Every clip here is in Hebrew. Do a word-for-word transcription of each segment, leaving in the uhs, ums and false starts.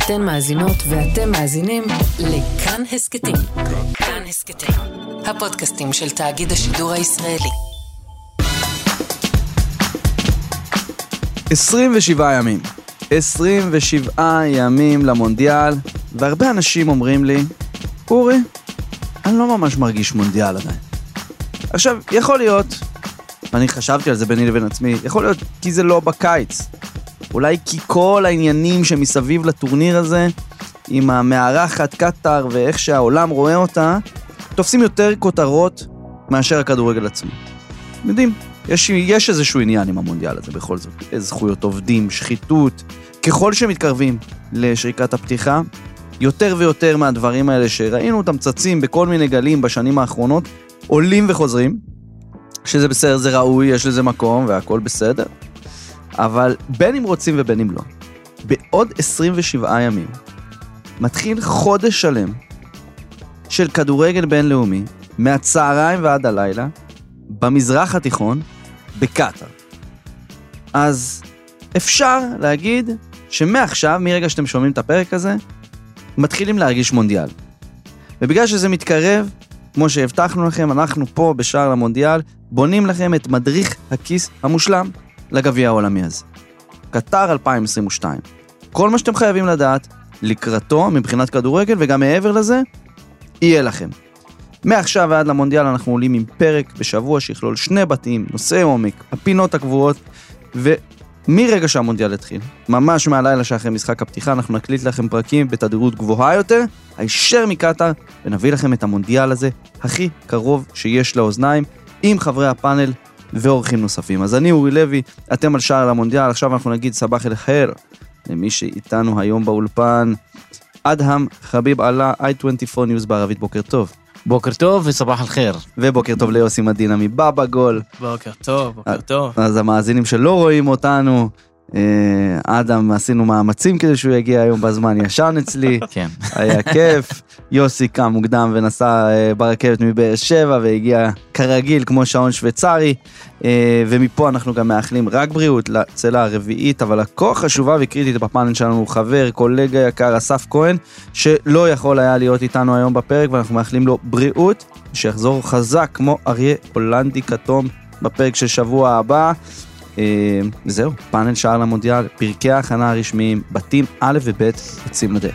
אתן מאזינות ואתם מאזינים לכאן הסקטים. כאן הסקטים, הפודקאסטים של תאגיד השידור הישראלי. עשרים ושבעה ימים. עשרים ושבעה ימים למונדיאל, והרבה אנשים אומרים לי, אורי, אני לא ממש מרגיש מונדיאל עדיין. עכשיו, יכול להיות, ואני חשבתי על זה ביני לבין עצמי, יכול להיות כי זה לא בקיץ. אולי כי כל העניינים שמסביב לטורניר הזה, עם המארחת קטר ואיך שהעולם רואה אותה, תופסים יותר כותרות מאשר הכדורגל עצמו. יודעים, יש, יש איזשהו עניין עם המונדיאל הזה בכל זאת. זכויות עובדים, שחיתות. ככל שמתקרבים לשריקת הפתיחה, יותר ויותר מהדברים האלה שראינו אותם צצים בכל מיני גלים בשנים האחרונות, עולים וחוזרים, שזה בסדר, זה ראוי, יש לזה מקום והכל בסדר. אבל בין אם רוצים ובין אם לא, בעוד עשרים ושבעה ימים, מתחיל חודש שלם של כדורגל בינלאומי, מהצהריים ועד הלילה, במזרח התיכון, בקטר. אז אפשר להגיד שמעכשיו, מרגע שאתם שומעים את הפרק הזה, מתחילים להרגיש מונדיאל. ובגלל שזה מתקרב, כמו שהבטחנו לכם, אנחנו פה בשער למונדיאל, בונים לכם את מדריך הכיס המושלם לגביע העולמי הזה. קטר אלפיים עשרים ושתיים. כל מה שאתם חייבים לדעת, לקראתו מבחינת כדורגל, וגם מעבר לזה, יהיה לכם. מעכשיו ועד למונדיאל אנחנו עולים עם פרק בשבוע שיכלול שני בתים, נושאי עומק, הפינות הקבועות, ומרגע שהמונדיאל התחיל, ממש מהלילה שאחרי משחק הפתיחה, אנחנו נקליט לכם פרקים בתדירות גבוהה יותר, הישר מקטר, ונביא לכם את המונדיאל הזה הכי קרוב שיש לאוזניים, עם חברי הפאנל ואורחים נוספים. אז אני אורי לוי, אתם על שער למונדיאל, עכשיו אנחנו נגיד סבח אל חיר, למי שאיתנו היום באולפן, אדהם חביב עלה, איי עשרים וארבע News בערבית, בוקר טוב. בוקר טוב וסבח אל-חיר. ובוקר טוב ליוסי מדינה מבאבא גול. בוקר טוב, בוקר טוב. אז המאזינים שלא רואים אותנו, אדם, עשינו מאמצים כדי שהוא יגיע היום בזמן, ישן אצלי, כן. היה כיף. יוסי קם מוקדם ונסע ברכבת מבאר שבע, והגיע כרגיל כמו שעון שוויצרי, ומפה אנחנו גם מאחלים רק בריאות לצלע הרביעית, אבל הכה חשובה וקריטית בפאנל שלנו, חבר, קולגה יקר, אסף כהן, שלא יכול היה להיות איתנו היום בפרק, ואנחנו מאחלים לו בריאות, שיחזור חזק כמו אריה הולנדי כתום בפרק של שבוע הבא. וזהו, פאנל שער למונדיאל, פרקי ההכנה הרשמיים, בתים א' וב' יוצאים לדרך.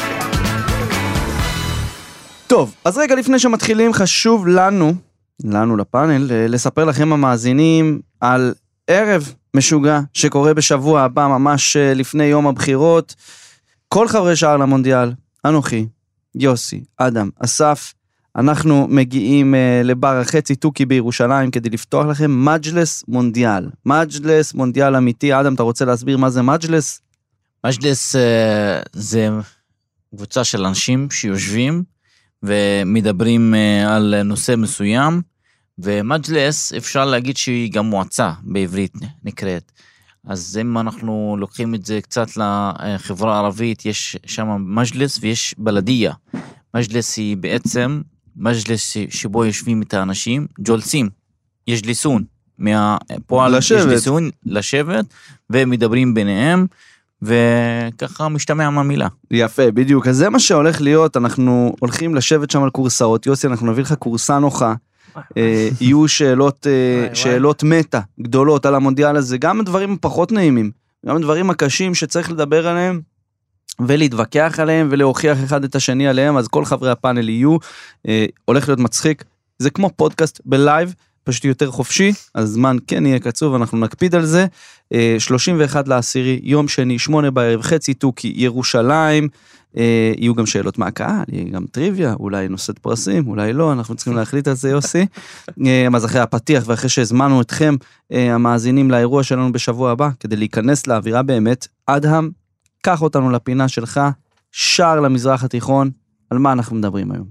טוב, אז רגע לפני שמתחילים, חשוב לנו, לנו לפאנל, לספר לכם המאזינים על ערב משוגע שקורה בשבוע הבא, ממש לפני יום הבחירות. כל חברי שער למונדיאל, אנוכי, יוסי, אדם, אסף, אנחנו מגיעים uh, לבר החצי טוקי בירושלים כדי לפתוח לכם מג'לס מונדיאל. מג'לס מונדיאל אמיתי. אדם, אתה רוצה להסביר מה זה מג'לס? מג'לס uh, זה קבוצה של אנשים שיושבים ומדברים uh, על נושא מסוים, ומג'לס אפשר להגיד שהיא גם מועצה בעברית נקראת. אז אם אנחנו לוקחים את זה קצת לחברה הערבית, יש שם מג'לס ויש בלדיה. מג'לס היא בעצם מג'לס שבו יושבים את האנשים, ג'ולסים, יג'ליסון, מהפועל יג'ליסון, לשבת, ומדברים ביניהם, וככה משתמע מהמילה. יפה, בדיוק. אז זה מה שהולך להיות, אנחנו הולכים לשבת שם על קורסאות. יוסי, אנחנו נביא לך קורסה נוחה, יהיו שאלות, שאלות מטה גדולות על המונדיאל הזה, גם הדברים פחות נעימים, גם הדברים הקשים שצריך לדבר עליהם, ולהתווכח עליהם ולהוכיח אחד את השני עליהם. אז כל חברי הפאנל יהיו, אה, הולך להיות מצחיק, זה כמו פודקאסט בלייב, פשוט יותר חופשי, הזמן כן יהיה קצוב, אנחנו נקפיד על זה. אה, שלושים ואחד לעשירי, יום שני, שמונה בערב, חצי טוקי, ירושלים, אה, יהיו גם שאלות מהקהל, יהיה גם טריוויה, אולי נושאת פרסים, אולי לא, אנחנו צריכים להחליט על זה, יוסי. אה, אז אחרי הפתיח ואחרי שהזמנו אתכם, אה, המאזינים לאירוע שלנו בשבוע הבא, כדי להיכנס לאווירה באמת, אדהם, קח אותנו לפינה שלך, שער למזרח התיכון, על מה אנחנו מדברים היום.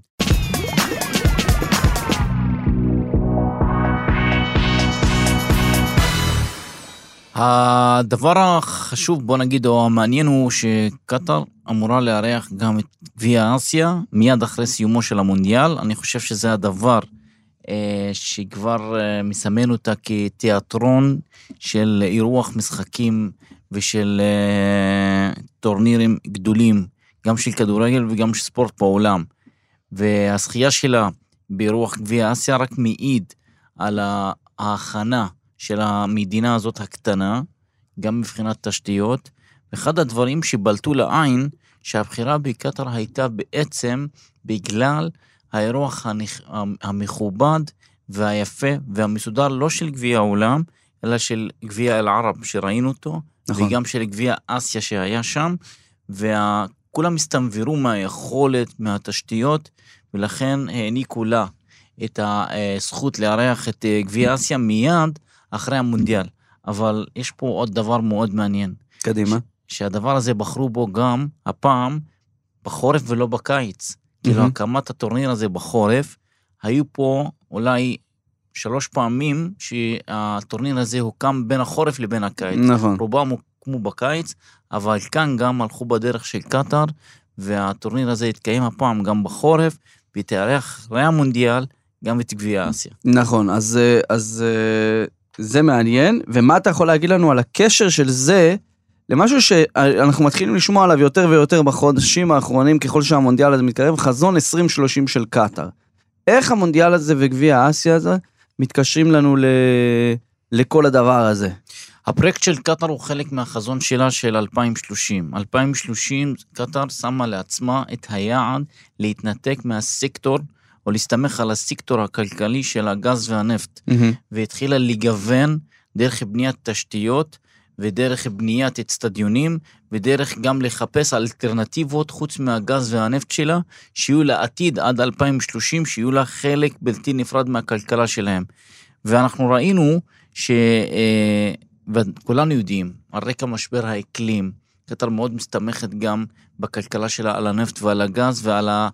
הדבר החשוב, בוא נגיד, או המעניין הוא שקטר אמורה לארח גם את גביע אסיה, מיד אחרי סיומו של המונדיאל. אני חושב שזה הדבר אה, שכבר אה, מסמן אותה כתיאטרון של אירוח משחקים ושל טורנירים גדולים, גם של כדורגל וגם של ספורט בעולם, והזכייה שלה ברוח גביע אסיה רק מעיד על ההכנה של המדינה הזאת הקטנה, גם מבחינת תשתיות, ואחד הדברים שבלטו לעין, שהבחירה בקטר הייתה בעצם בגלל האירוח המכובד והיפה והמסודר, לא של גביע העולם, אלא של גביע אל-ערב שראינו אותו, נכון. וגם של גביע אסיה שהיה שם, וכולם הסתנוורו מהיכולת, מהתשתיות, ולכן העניקו לה את הזכות לארח את גביע אסיה מיד אחרי המונדיאל. אבל יש פה עוד דבר מאוד מעניין. קדימה. ש- שהדבר הזה בחרו בו גם הפעם בחורף ולא בקיץ. Mm-hmm. כאילו הקמת הטורניר הזה בחורף, היו פה אולי שלוש פעמים שהטורניר הזה הוקם בין החורף לבין הקיץ. נכון. רובם הוקמו בקיץ, אבל כאן גם הלכו בדרך של קטר, והטורניר הזה התקיים הפעם גם בחורף, ותארח אחרי המונדיאל גם את גביע אסיה. נכון, אז, אז זה מעניין, ומה אתה יכול להגיד לנו על הקשר של זה, למשהו שאנחנו מתחילים לשמוע עליו יותר ויותר בחודשים האחרונים, ככל שהמונדיאל הזה מתקרב, חזון עשרים שלושים של קטר. איך המונדיאל הזה וגביע אסיה הזה מתקשרים לנו ל... לכל הדבר הזה? הפרויקט של קטר הוא חלק מהחזון שלה של אלפיים שלושים. אלפיים שלושים קטר שמה לעצמה את היעד להתנתק מהסקטור, או להסתמך על הסקטור הכלכלי של הגז והנפט, mm-hmm. והתחילה לגוון דרך בניית תשתיות, ודרך בניית אצטדיונים, ודרך גם לחפש אלטרנטיבות חוץ מהגז והנפט שלה, שיהיו לעתיד עד אלפיים שלושים, שיהיו לה חלק בלתי נפרד מהכלכלה שלהם. ואנחנו ראינו ש... וכולנו יודעים, על רקע משבר האקלים, קטר מאוד מסתמכת גם בכלכלה שלה על הנפט ועל הגז ועל ה...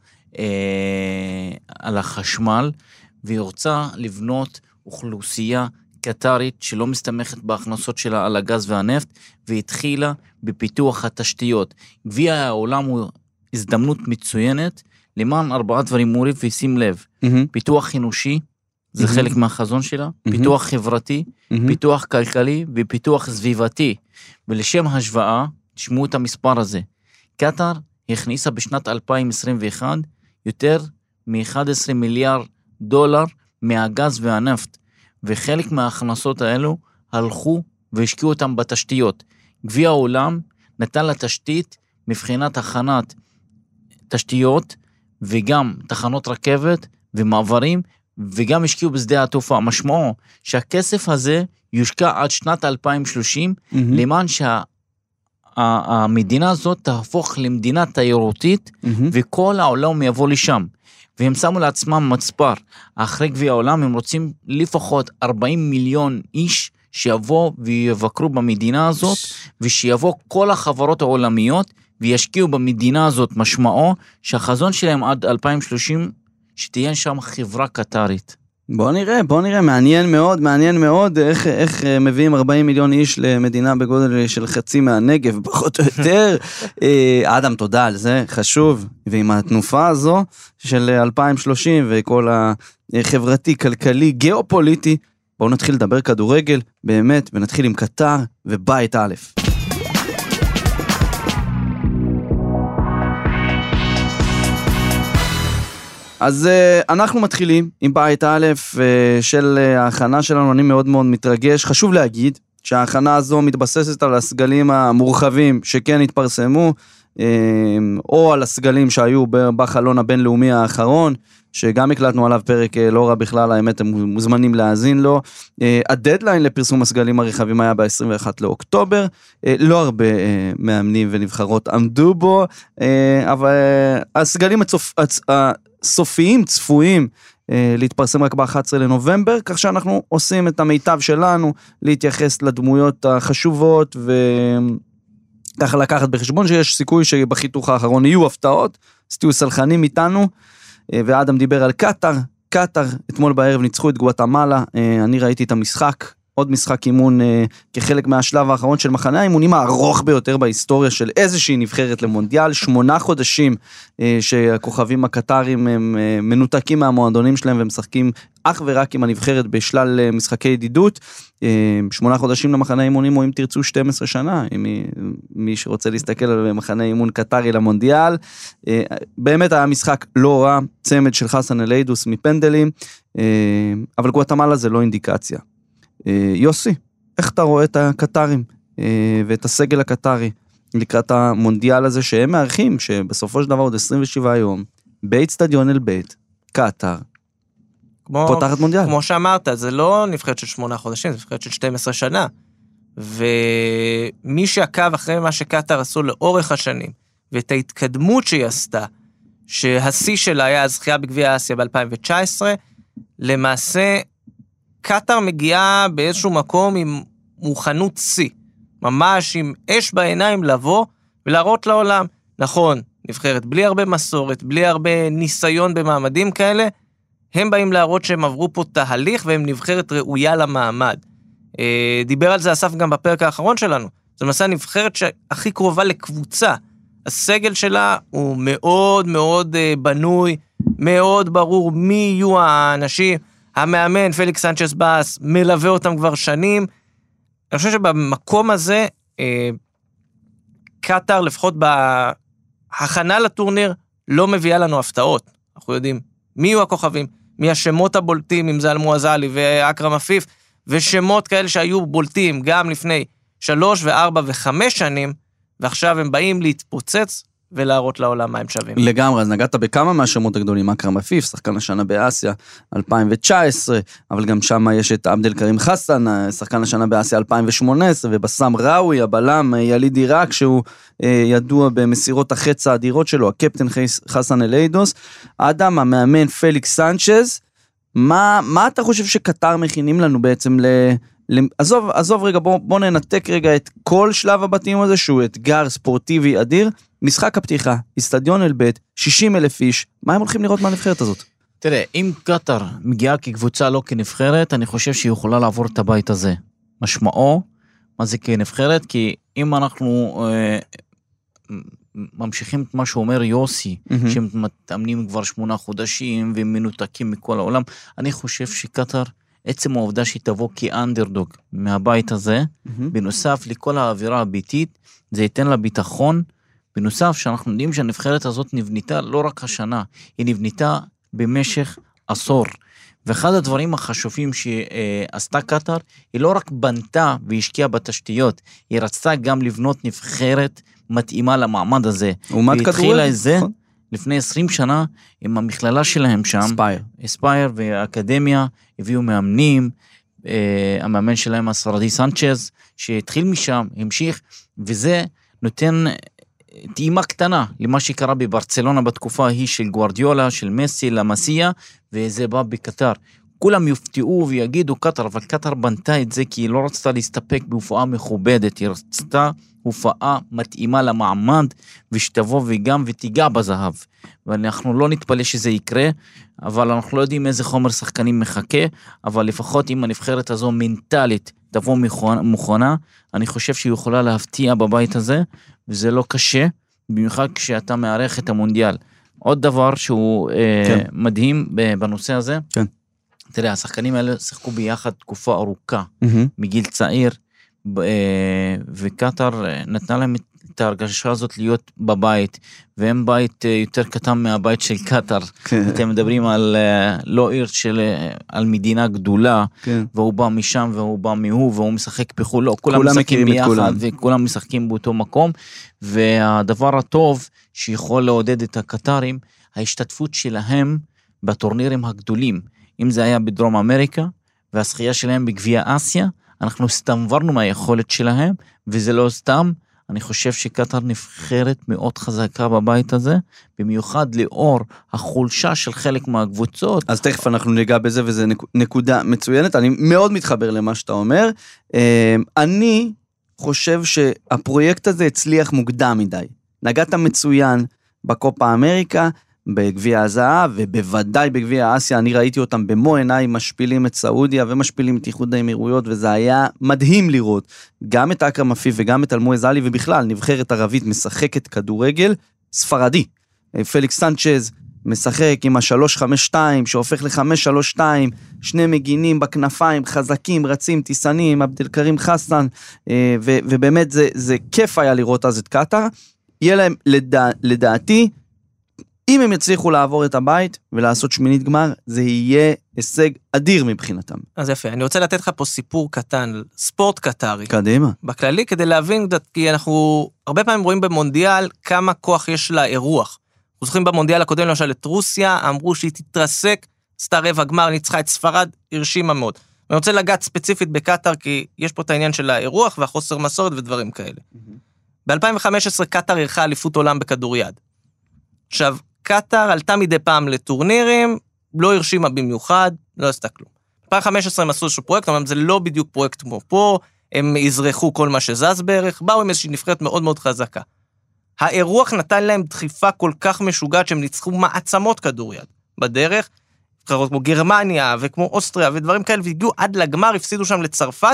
על החשמל, והיא רוצה לבנות אוכלוסייה קטרית שלא מסתמכת בהכנסות שלה על הגז והנפט, והתחילה בפיתוח התשתיות. גביע העולם הוא הזדמנות מצוינת למען ארבעה דברים מורי, ושים לב, mm-hmm. פיתוח אנושי, זה mm-hmm. חלק מהחזון שלה, mm-hmm. פיתוח חברתי, mm-hmm. פיתוח כלכלי ופיתוח סביבתי. ולשם השוואה, תשמעו את המספר הזה, קטר הכניסה בשנת אלפיים עשרים ואחת יותר מ-אחד עשר מיליארד דולר מהגז והנפט, וחלק מההכנסות האלו הלכו והשקיעו אותם בתשתיות. גביע העולם נתן לתשתית מבחינת הכנת תשתיות, וגם תחנות רכבת ומעברים, וגם השקיעו בשדה התעופה. משמעו שהכסף הזה יושקע עד שנת אלפיים שלושים, mm-hmm. למען שה... המדינה הזאת תהפוך למדינה תיירותית, mm-hmm. וכל העולם יבוא לשם. והם שמו לעצמם מצפר. אחרי גביע העולם הם רוצים לפחות ארבעים מיליון איש שיבוא ויבקרו במדינה הזאת, ושיבוא כל החברות העולמיות וישקיעו במדינה הזאת. משמעו שהחזון שלהם עד אלפיים שלושים שתהיה שם חברה קטרית. בוא נראה, בוא נראה, מעניין מאוד, מעניין מאוד, איך, איך מביאים ארבעים מיליון איש למדינה בגודל של חצי מהנגב, פחות או יותר. אדם, תודה על זה, חשוב, ועם התנופה הזו של אלפיים שלושים, וכל החברתי, כלכלי, גיאופוליטי, בואו נתחיל לדבר כדורגל, באמת, ונתחיל עם קטר ובית א'. אז uh, אנחנו מתחילים עם בית א' uh, של uh, ההכנה שלנו. אני מאוד מאוד מתרגש. חשוב להגיד שההכנה הזו מתבססת על הסגלים המורחבים שכן התפרסמו, uh, או על הסגלים שהיו בחלון הבינלאומי האחרון, שגם הקלטנו עליו פרק uh, לא רע בכלל, האמת הם מוזמנים להאזין לו. Uh, הדדליין לפרסום הסגלים הרחבים היה ב-עשרים ואחד לאוקטובר, uh, לא הרבה uh, מאמנים ונבחרות עמדו בו, uh, אבל uh, הסגלים הצופ... הצ... Uh, סופיים, צפויים, אה, להתפרסם רק ב-אחד עשר לנובמבר, כך שאנחנו עושים את המיטב שלנו, להתייחס לדמויות החשובות, וככה לקחת בחשבון שיש סיכוי שבחיתוך האחרון יהיו הפתעות, אז תהיו סלחנים איתנו, אה, ואדם דיבר על קטר, קטר, אתמול בערב ניצחו את גואטמלה, אה, אני ראיתי את המשחק, עוד משחק אימון אה, כחלק מהשלב האחרון של מחנה האימונים הארוך ביותר בהיסטוריה של איזושהי נבחרת למונדיאל, שמונה חודשים אה, שהכוכבים הקטרים הם אה, מנותקים מהמועדונים שלהם ומשחקים אך ורק עם הנבחרת בשלל משחקי ידידות, שמונה חודשים למחנה אימונים, או אם תרצו שתים עשרה שנה, מי, מי שרוצה להסתכל על מחנה אימון קטרי למונדיאל, באמת היה משחק לא רע, צמד של חסן אל-איידוס מפנדלים, אבל גואטמלה זה לא אינדיקציה. יוסי, איך אתה רואה את הקטרים, ואת הסגל הקטרי, לקראת המונדיאל הזה שהם מארחים, שבסופו של דבר עוד עשרים ושבעה יום, באצטדיון אל-בית, קטר, כמו, פותחת מונדיאל. כמו שאמרת, זה לא נבחרת של שמונה חודשים, זה נבחרת של שתים עשרה שנה. ומי שעקב אחרי מה שקטר עשו לאורך השנים, ואת ההתקדמות שהיא עשתה, שהשיא שלה היה הזכייה בגביע אסיה ב-אלפיים תשע עשרה, למעשה קטר מגיעה באיזשהו מקום עם מוכנות שיא, ממש עם אש בעיניים לבוא ולהראות לעולם. נכון, נבחרת בלי הרבה מסורת, בלי הרבה ניסיון במעמדים כאלה, הם באים להראות שהם עברו פה תהליך, והם נבחרת ראויה למעמד. דיבר על זה אסף גם בפרק האחרון שלנו. זו למעשה הנבחרת שהכי קרובה לקבוצה. הסגל שלה הוא מאוד מאוד בנוי, מאוד ברור מי יהיו האנשים. המאמן, פליקס סנצ'ס באס, מלווה אותם כבר שנים. אני חושב שבמקום הזה, קטר, לפחות בהכנה לטורניר, לא מביאה לנו הפתעות. אנחנו יודעים מי יהיו הכוכבים, מי השמות הבולטים, אם זה אל-מועזלי ואקרם עפיף, ושמות כאלה שהיו בולטים גם לפני שלוש וארבע וחמש שנים, ועכשיו הם באים להתפוצץ ולהראות לעולם מה הם שווים. לגמרי, אז נגעת בכמה מהשמות הגדולים, אקרם עפיף, שחקן השנה באסיה אלפיים תשע עשרה, אבל גם שם יש את עבדל קרים חסן, שחקן השנה באסיה אלפיים שמונה עשרה, ובסם ראוי, הבלם, יליד עיראק, שהוא אה, ידוע במסירות החץ האדירות שלו, הקפטן חסן אל-איידוס, אדם, המאמן פליקס סנצ'ז, מה, מה אתה חושב שקטר מכינים לנו בעצם ל... עזוב, עזוב רגע, בוא, בוא ננתק רגע את כל שלב הבתים הזה, שהוא אתגר ספורטיבי אדיר, משחק הפתיחה, אצטדיון אל-בית, שישים אלף איש, מה הם הולכים לראות מהנבחרת הזאת? תראה, אם קטר מגיעה כקבוצה לא כנבחרת, אני חושב שהיא יכולה לעבור את הבית הזה. משמעו, מה זה כנבחרת? כי אם אנחנו אה, ממשיכים את מה שאומר יוסי, mm-hmm. שהם מתאמנים כבר שמונה חודשים, והם מנותקים מכל העולם, אני חושב שקטר, עצם העובדה שהיא תבוא כאנדרדוג מהבית הזה, mm-hmm. בנוסף לכל האווירה הביתית, זה ייתן לה ביטחון, בנוסף שאנחנו יודעים שהנבחרת הזאת נבנתה לא רק השנה, היא נבנתה במשך עשור, ואחד הדברים החשובים שעשתה קטר, היא לא רק בנתה והשקיעה בתשתיות, היא רצתה גם לבנות נבחרת מתאימה למעמד הזה, והיא התחילה את זה, נכון. לפני עשרים שנה, עם המכללה שלהם שם, אספייר. אספייר והאקדמיה, הביאו מאמנים, אה, המאמן שלהם הספרדי סנצ'ז, שהתחיל משם, המשיך, וזה נותן טעימה קטנה, למה שקרה בברצלונה בתקופה ההיא של גוארדיולה, של מסי, למסיה, וזה בא בקטר. כולם יופתעו ויגידו קטר, אבל קטר בנתה את זה, כי היא לא רצתה להסתפק בהופעה מכובדת, היא רצתה הופעה מתאימה למעמד, ושתבוא וגם ותיגע בזהב. ואנחנו לא נתפלא שזה יקרה, אבל אנחנו לא יודעים איזה חומר שחקנים מחכה, אבל לפחות אם הנבחרת הזו מנטלית תבוא מוכנה, אני חושב שהיא יכולה להפתיע בבית הזה, וזה לא קשה, במיוחד כשאתה מערך את המונדיאל. עוד דבר שהוא כן. אה, מדהים בנושא הזה, כן. תראה, השחקנים האלה שיחקו ביחד תקופה ארוכה, Mm-hmm. מגיל צעיר, וקטר נתנה להם את ההרגשה הזאת להיות בבית, והם בית יותר קטן מהבית של קטר. אתם מדברים על לא עיר של, על מדינה גדולה, והוא בא משם והוא בא מהוא, והוא משחק בחול, לא, כולם משחקים ביחד, וכולם משחקים באותו מקום, והדבר הטוב שיכול לעודד את הקטרים, ההשתתפות שלהם בטורנירים הגדולים, אם זה היה בדרום אמריקה, והשחייה שלהם בגביע אסיה, אנחנו סתמברנו מהיכולת שלהם, וזה לא סתם, אני חושב שקטר נבחרת מאוד חזקה בבית הזה, במיוחד לאור החולשה של חלק מהקבוצות. אז תכף אנחנו ניגע בזה, וזה נקודה מצוינת, אני מאוד מתחבר למה שאתה אומר. אני חושב שהפרויקט הזה הצליח מוקדם מדי. נגעת מצוין בקופה אמריקה, בגביע הזהב, ובוודאי בגביע אסיה, אני ראיתי אותם במו עיניי, משפילים את סעודיה, ומשפילים את איחוד האמירויות, וזה היה מדהים לראות, גם את אכרם עפיף, וגם את אל-מועזלי, ובכלל, נבחרת ערבית משחקת כדורגל, ספרדי, פליקס סנצ'ז, משחק עם ה-שלוש חמש שתיים, שהופך ל-חמש שלוש שתיים, שני מגינים בכנפיים, חזקים, רצים, טיסנים, עבד אל כרים חסן, ו- ובאמת זה, זה כיף היה לראות אז את קטר. יהיה להם, לדע, לדעתי, אם הם יצליחו לעבור את הבית ולעשות שמינית גמר, זה יהיה הישג אדיר מבחינתם. אז יפה, אני רוצה לתת לך פה סיפור קטן, ספורט קטרי. קדימה. בכללי, כדי להבין, כי אנחנו הרבה פעמים רואים במונדיאל כמה כוח יש לאירוח. אנחנו זוכרים במונדיאל הקודם, למשל את רוסיה, אמרו שהיא תתרסק, עשתה רבע גמר, ניצחה את ספרד, הרשימה מאוד. ואני רוצה לגעת ספציפית בקטר, כי יש פה את העניין של האירוח והחוסר מסורת ודברים כאלה. ב-אלפיים וחמש עשרה קטר אירחה אליפות עולם בכדוריד. עכשיו, קטר עלתה מדי פעם לטורנירים, לא הרשימה במיוחד, לא עשתה כלום. ב-אלפיים וחמש עשרה הם עשו איזשהו פרויקט, אבל זה לא בדיוק פרויקט כמו פה, הם יזרחו כל מה שזז בערך, באו עם איזושהי נבחרת מאוד מאוד חזקה. האירוח נתן להם דחיפה כל כך משוגעת, שהם ניצחו מעצמות כדוריד בדרך, נבחרות כמו גרמניה וכמו אוסטריה ודברים כאלה, והגיעו עד לגמר, הפסידו שם לצרפת,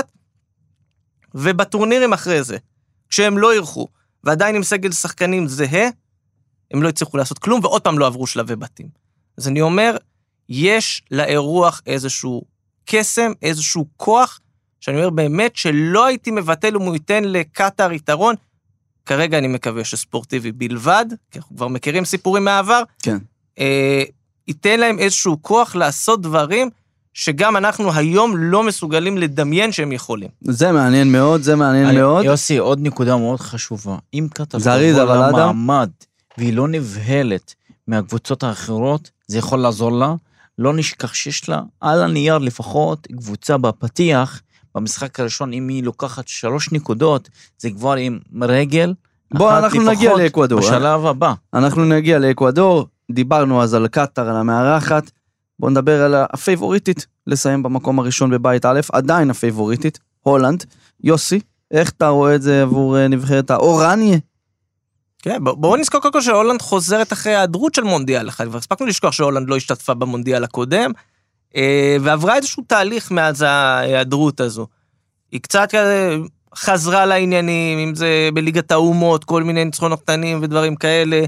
ובטורנירים אחרי זה, כשהם לא אירחו, ועדיין עם סגל שחקנים זהה, הם לא הצליחו לעשות כלום, ועוד פעם לא עברו שלבי בתים. אז אני אומר, יש לאירוח איזשהו קסם, איזשהו כוח, שאני אומר באמת שלא הייתי מבטל אם הוא ייתן לקטר יתרון, כרגע אני מקווה שספורטיבי בלבד, כי אנחנו כבר מכירים סיפורים מהעבר, כן. אה, ייתן להם איזשהו כוח לעשות דברים, שגם אנחנו היום לא מסוגלים לדמיין שהם יכולים. זה מעניין מאוד, זה מעניין אני, מאוד. יוסי, עוד נקודה מאוד חשובה. אם קטר זריז, אבל אדם. למעמד, והיא לא נבהלת מהקבוצות האחרות, זה יכול לעזור לה. לא נשכח שיש לה, על הנייר לפחות, קבוצה בפתיח, במשחק הראשון, אם היא לוקחת שלוש נקודות, זה כבר עם רגל, בוא, אנחנו נגיע לאקוודור. בשלב הבא. אנחנו נגיע לאקוודור, דיברנו אז על קטר, על המארחת, בואו נדבר על הפייבוריטית, לסיים במקום הראשון בבית א', עדיין הפייבוריטית, הולנד. יוסי, איך אתה רואה את זה עבור נבחרת האורניה? כן, בואו נזכור קודם כל שהולנד חוזרת אחרי ההיעדרות של מונדיאל אחד, כבר הספקנו לשכוח שהולנד לא השתתפה במונדיאל הקודם, ועברה איזשהו תהליך מאז ההיעדרות הזו. היא קצת חזרה לעניינים, אם זה בליגת האומות, כל מיני ניצחונות קטנים ודברים כאלה,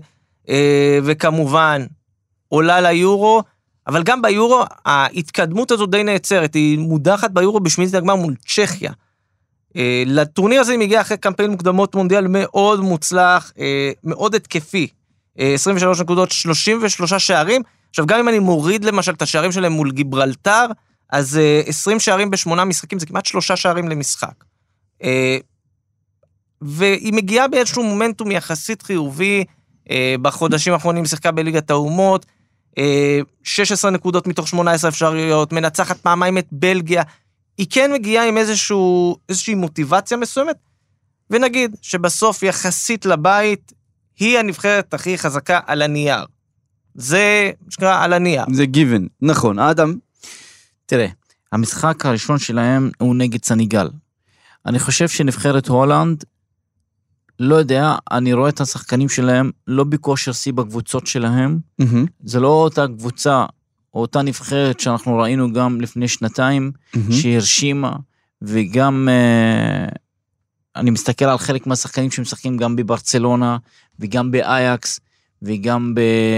וכמובן עולה ליורו, אבל גם ביורו ההתקדמות הזו די נעצרת, היא מודחת ביורו בשמינית הגמר מול צ'כיה. לטורניר הזה היא מגיעה אחרי קמפיין מוקדמות מונדיאל מאוד מוצלח, מאוד התקפי, עשרים ושלוש נקודות, שלושים ושלושה שערים. עכשיו גם אם אני מוריד למשל את השערים שלהם מול גיברלטר, אז עשרים שערים בשמונה משחקים, זה כמעט שלושה שערים למשחק. והיא מגיעה באיזשהו מומנטום יחסית חיובי, בחודשים האחרונים שיחקה בליגת האומות, שש עשרה נקודות מתוך שמונה עשרה אפשריות, מנצחת פעמיים את בלגיה, היא כן מגיעה עם איזשהו, איזושהי מוטיבציה מסוימת, ונגיד שבסוף יחסית לבית, היא הנבחרת הכי חזקה על הנייר. זה שקרה על הנייר. זה גיוון, נכון. אדם? תראה, המשחק הראשון שלהם הוא נגד סניגל. אני חושב שנבחרת הולנד, לא יודע, אני רואה את השחקנים שלהם, לא בכושר שיא בקבוצות שלהם, mm-hmm. זה לא אותה קבוצה, או אותה נבחרת שאנחנו ראינו גם לפני שנתיים, mm-hmm. שהרשימה, וגם uh, אני מסתכל על חלק מהשחקנים שמשחקים גם בברצלונה, וגם באייקס, וגם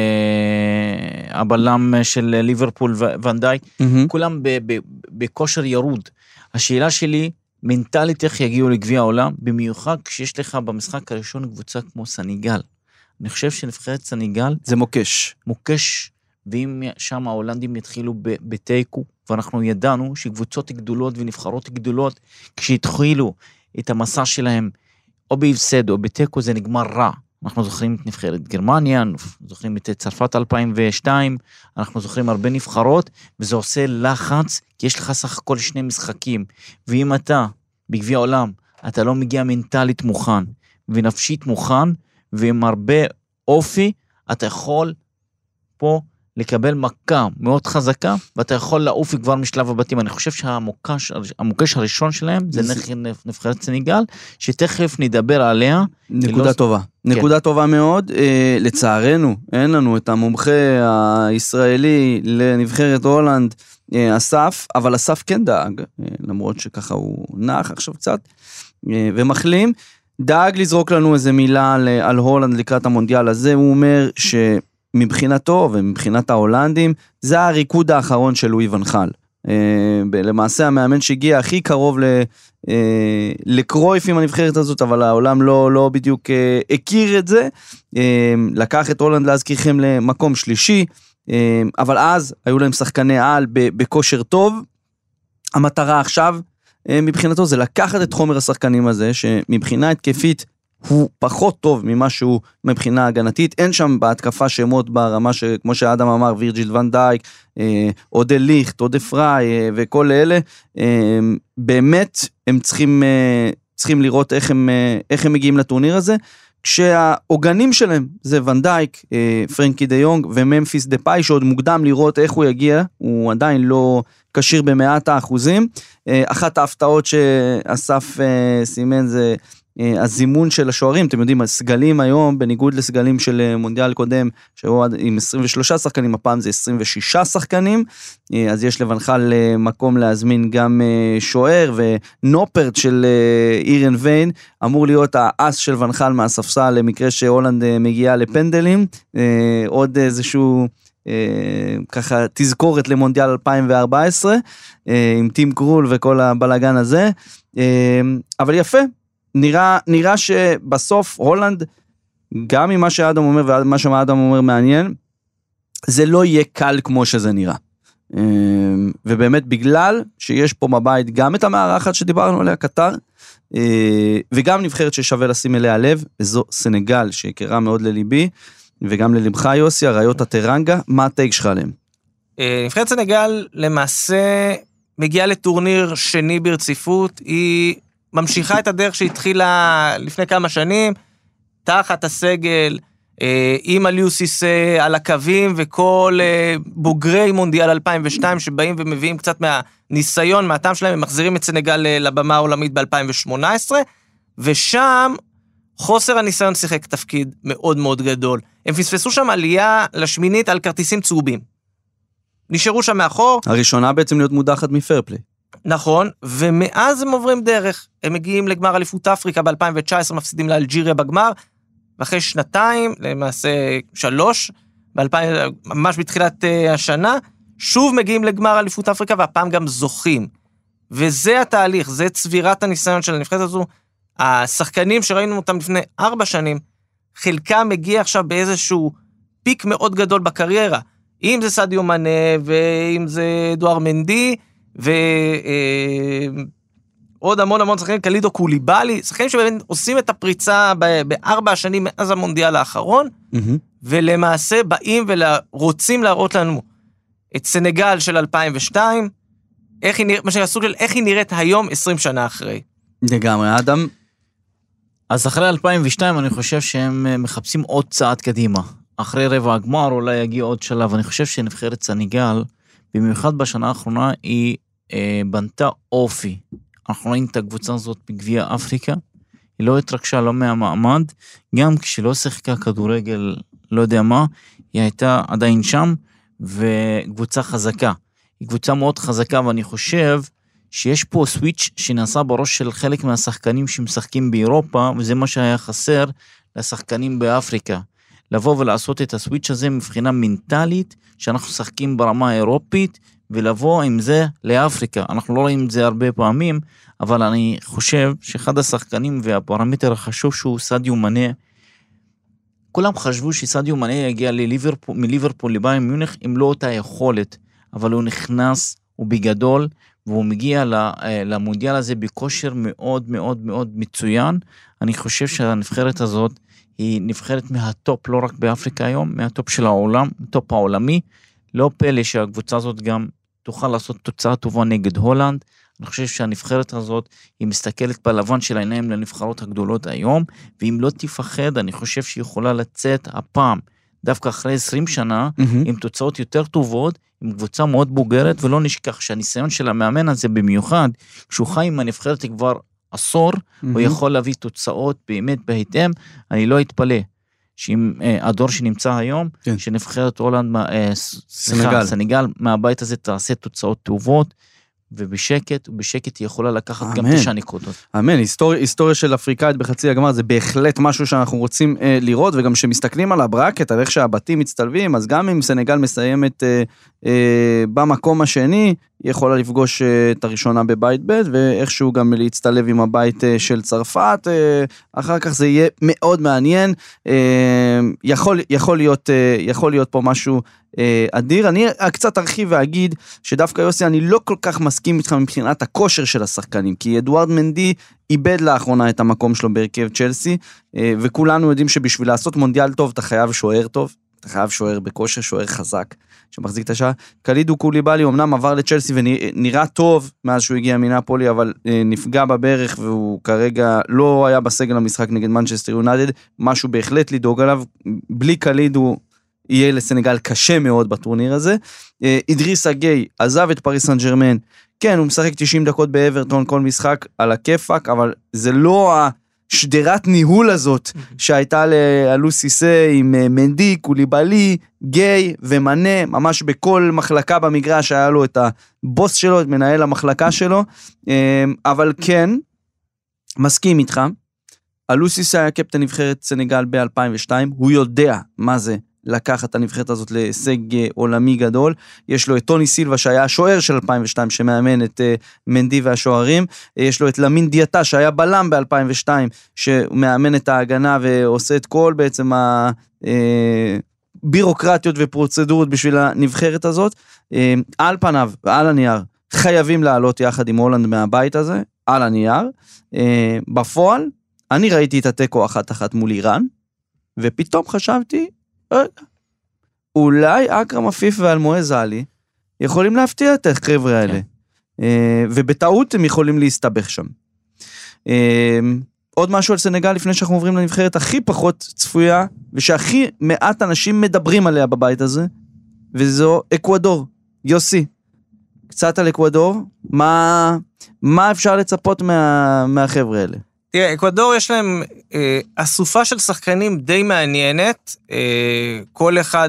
בבלם של ליברפול ונדייק, mm-hmm. כולם בכושר ירוד. השאלה שלי, מנטלית איך יגיעו לגביע העולם, במיוחד כשיש לך במשחק הראשון קבוצה כמו סניגל. אני חושב שנבחרת סניגל, זה מוקש. מוקש, ואם שם ההולנדים יתחילו בטייקו, ואנחנו ידענו שקבוצות גדולות ונבחרות גדולות, כשהתחילו את המסע שלהם, או בהפסד או בטייקו, זה נגמר רע. אנחנו זוכרים את נבחרת גרמניה, זוכרים את צרפת אלפיים ושתיים, אנחנו זוכרים הרבה נבחרות, וזה עושה לחץ, כי יש לך סך הכל שני משחקים, ואם אתה בגביע העולם, אתה לא מגיע מנטלית מוכן, ונפשית מוכן, ועם הרבה אופי, אתה יכול פה לקבל מכה מאוד חזקה, ואתה יכול לעוף כבר משלב הבתים. אני חושב שהמוקש המוקש הראשון שלהם, זה נבחרת סניגל, שתכף נדבר עליה. נקודה טובה. נקודה טובה מאוד. לצערנו, אין לנו את המומחה הישראלי לנבחרת הולנד, אסף, אבל אסף כן דאג, למרות שככה הוא נח עכשיו קצת, ומחלים, דאג לזרוק לנו איזה מילה על הולנד לקראת המונדיאל הזה, הוא אומר ש... מבחינתו ומבחינת ההולנדים, זה הריקוד האחרון של לואי ון חל. למעשה המאמן שהגיע הכי קרוב לקרויף עם הנבחרת הזאת, אבל העולם לא, לא בדיוק הכיר את זה, לקח את הולנד להזכירכם למקום שלישי, אבל אז היו להם שחקני על בכושר טוב, המטרה עכשיו מבחינתו זה לקחת את חומר השחקנים הזה, שמבחינה התקפית הוא פחות טוב ממה שהוא מבחינה הגנתית, אין שם בהתקפה שמות ברמה שכמו שאדם אמר, וירג'יל ון דייק, אודה ליכט, אודה פריי וכל אלה, באמת הם צריכים, צריכים לראות איך הם, איך הם מגיעים לטורניר הזה, כשהעוגנים שלהם זה ון דייק, פרנקי דה יונג וממפיס דה פאי, שעוד מוקדם לראות איך הוא יגיע, הוא עדיין לא קשיר במאת האחוזים. אחת ההפתעות שאסף סימן זה הזימון של השוערים, אתם יודעים, הסגלים היום, בניגוד לסגלים של מונדיאל קודם, שהיו עם עשרים ושלושה שחקנים, הפעם זה עשרים ושישה שחקנים, אז יש לבנחל מקום להזמין גם שוער, ונופרט של אירן ויין, אמור להיות האס של ונחל מהספסל, למקרה שהולנד מגיעה לפנדלים, עוד איזשהו ככה תזכורת למונדיאל אלפיים וארבע עשרה, עם טים קרול וכל הבלגן הזה, אבל יפה, נראה, נראה שבסוף הולנד, גם ממה שאדם אומר ומה שאדם אומר מעניין, זה לא יהיה קל כמו שזה נראה. ובאמת בגלל שיש פה בבית גם את המערכת שדיברנו עליה, קטר, וגם נבחרת ששווה לשים אליה לב, וזו סנגל שהכירה מאוד לליבי, וגם ללבך יוסי, הראיות הטרנגה, מה הטייק שלך עליהם? נבחרת סנגל למעשה מגיעה לטורניר שני ברציפות, היא ממשיכה את הדרך שהתחילה לפני כמה שנים, תחת הסגל, עם אליוסיס על הקווים, וכל בוגרי מונדיאל אלפיים ושתיים שבאים ומביאים קצת מהניסיון, מהטעם שלהם, הם מחזירים את סנגל לבמה העולמית ב-אלפיים ושמונה עשרה, ושם חוסר הניסיון שיחק תפקיד מאוד מאוד גדול. הם פספסו שם עלייה לשמינית על כרטיסים צהובים. נשארו שם מאחור. הראשונה בעצם להיות מודחת מפרפלי. נכון, ומאז הם עוברים דרך. הם מגיעים לגמר אליפות אפריקה ב-אלפיים תשע עשרה, מפסידים לאלג'יריה בגמר, ואחרי שנתיים, למעשה שלוש, ממש בתחילת השנה, שוב מגיעים לגמר אליפות אפריקה, והפעם גם זוכים. וזה התהליך, זה צבירת הניסיון של הנבחרת הזו. השחקנים שראינו אותם לפני ארבע שנים, חלקם מגיע עכשיו באיזשהו פיק מאוד גדול בקריירה, אם זה סדיו מנה, ואם זה אדואר מנדי, ועוד המון המון שחקנים, קלידו קוליבאלי, שחקנים שבאמת עושים את הפריצה בארבע השנים מאז המונדיאל האחרון, ולמעשה באים ורוצים להראות לנו את סנגל של אלפיים ושתיים, מה שעשו של איך היא נראית היום עשרים שנה אחרי. לגמרי, אדם. אז אחרי אלפיים ושתיים אני חושב שהם מחפשים עוד צעד קדימה. אחרי רבע הגמר אולי יגיע עוד שלב. אני חושב שנבחרת סנגל, במיוחד בשנה האחרונה, היא אה, בנתה אופי. אנחנו רואים את הקבוצה הזאת בגביע אפריקה, היא לא התרגשה לא מהמעמד, גם כשלא שיחקה כדורגל, לא יודע מה, היא הייתה עדיין שם, וקבוצה חזקה. היא קבוצה מאוד חזקה, ואני חושב שיש פה סוויץ' שנעשה בראש של חלק מהשחקנים שמשחקים באירופה, וזה מה שהיה חסר לשחקנים באפריקה. לבוא ולעשות את הסוויץ' הזה מבחינה מנטלית, שאנחנו שחקים ברמה האירופית, ולבוא עם זה לאפריקה. אנחנו לא רואים את זה הרבה פעמים, אבל אני חושב שאחד השחקנים והפרמטר החשוב שהוא סדיו מנה, כולם חשבו שסדיו מנה יגיע לליברפול, מליברפול לביירן מיונך, עם לא אותה יכולת, אבל הוא נכנס, הוא בגדול, והוא מגיע למונדיאל הזה בכושר מאוד מאוד מאוד מצוין. אני חושב שהנבחרת הזאת היא נבחרת מהטופ, לא רק באפריקה היום, מהטופ של העולם, טופ העולמי. לא פלא שהקבוצה הזאת גם תוכל לעשות תוצאה טובה נגד הולנד. אני חושב שהנבחרת הזאת היא מסתכלת בלבן של העיניים לנבחרות הגדולות היום, ואם לא תפחד, אני חושב שהיא יכולה לצאת הפעם, דווקא אחרי עשרים שנה, mm-hmm. עם תוצאות יותר טובות, עם קבוצה מאוד בוגרת, ולא נשכח שהניסיון של המאמן הזה במיוחד, כשהוא חי עם הנבחרת כבר עשור, mm-hmm. הוא יכול להביא תוצאות באמת בהתאם, אני לא אתפלא, שעם אה, הדור שנמצא היום, כן. שנבחרת הולנד, אה, סנגל. סנגל, מהבית הזה תעשה תוצאות טובות, ובשקט, ובשקט היא יכולה לקחת אמן. גם תשע נקודות. אמן, היסטוריה, היסטוריה של אפריקאית בחצי הגמר, זה בהחלט משהו שאנחנו רוצים אה, לראות, וגם שמסתכלים על הברקט, על איך שהבתים מצטלבים, אז גם אם סנגל מסיימת אה, אה, במקום השני, היא יכולה לפגוש אה, את הראשונה בבית ב', ואיכשהו גם להצטלב עם הבית אה, של צרפת, אה, אחר כך זה יהיה מאוד מעניין, אה, יכול, יכול, להיות, אה, יכול להיות פה משהו אה, אדיר. אני קצת ארחיב ואגיד, שדווקא יוסי, אני לא כל כך מסכים איתך מבחינת הכושר של השחקנים, כי אדוארד מנדי איבד לאחרונה את המקום שלו בהרכב צ'לסי, אה, וכולנו יודעים שבשביל לעשות מונדיאל טוב, אתה חייב שוער טוב, אתה חייב שוער בכושר, שוער חזק, שמחזיק את השעה. קלידו קוליבאלי אמנם עבר לצ'לסי ונראה טוב מאז שהוא הגיע מנאפולי, אבל נפגע בברך והוא כרגע לא היה בסגל המשחק נגד מנצ'סטר יונייטד, משהו בהחלט לדאוג עליו, בלי קלידו יהיה לסנגל קשה מאוד בטורניר הזה. אידריס אגיי עזב את פריס סן ז'רמן, כן הוא משחק תשעים דקות באברטון כל משחק על הכיפק, אבל זה לא ה... שדרת ניהול הזאת שהייתה לאלוסיסה עם מנדי, קוליבאלי, גיי ומנה, ממש בכל מחלקה במגרש היה לו את הבוס שלו, את מנהל המחלקה שלו, אבל כן, מסכים איתך, אלוסיסה היה קפטן נבחרת סנגל ב-אלפיים ושתיים, הוא יודע מה זה לקחת את הנבחרת הזאת להישג עולמי גדול, יש לו את טוני סילבה שהיה השוער של אלפיים ושתיים שמאמן את מנדי והשוערים, יש לו את למין דיאטה שהיה בלם ב-אלפיים ושתיים שמאמן את ההגנה ועושה את כל בעצם הבירוקרטיות ופרוצדורות בשביל הנבחרת הזאת, על פניו ועל הנייר חייבים לעלות יחד עם הולנד מהבית הזה, על הנייר, בפועל אני ראיתי את הטקו אחת אחת מול איראן, ופתאום חשבתי אולי אקרם עפיף ואלמועז עלי יכולים להפתיע את החבר'ה האלה, ובטעות הם יכולים להסתבך שם. עוד משהו על סנגל לפני שאנחנו עוברים לנבחרת הכי פחות צפויה, ושהכי מעט אנשים מדברים עליה בבית הזה, וזו אקוודור. יוסי, קצת על אקוודור, מה, מה אפשר לצפות מה, מהחבר'ה האלה? תראה, אקוודור יש להם אה, אסופה של שחקנים די מעניינת, אה, כל אחד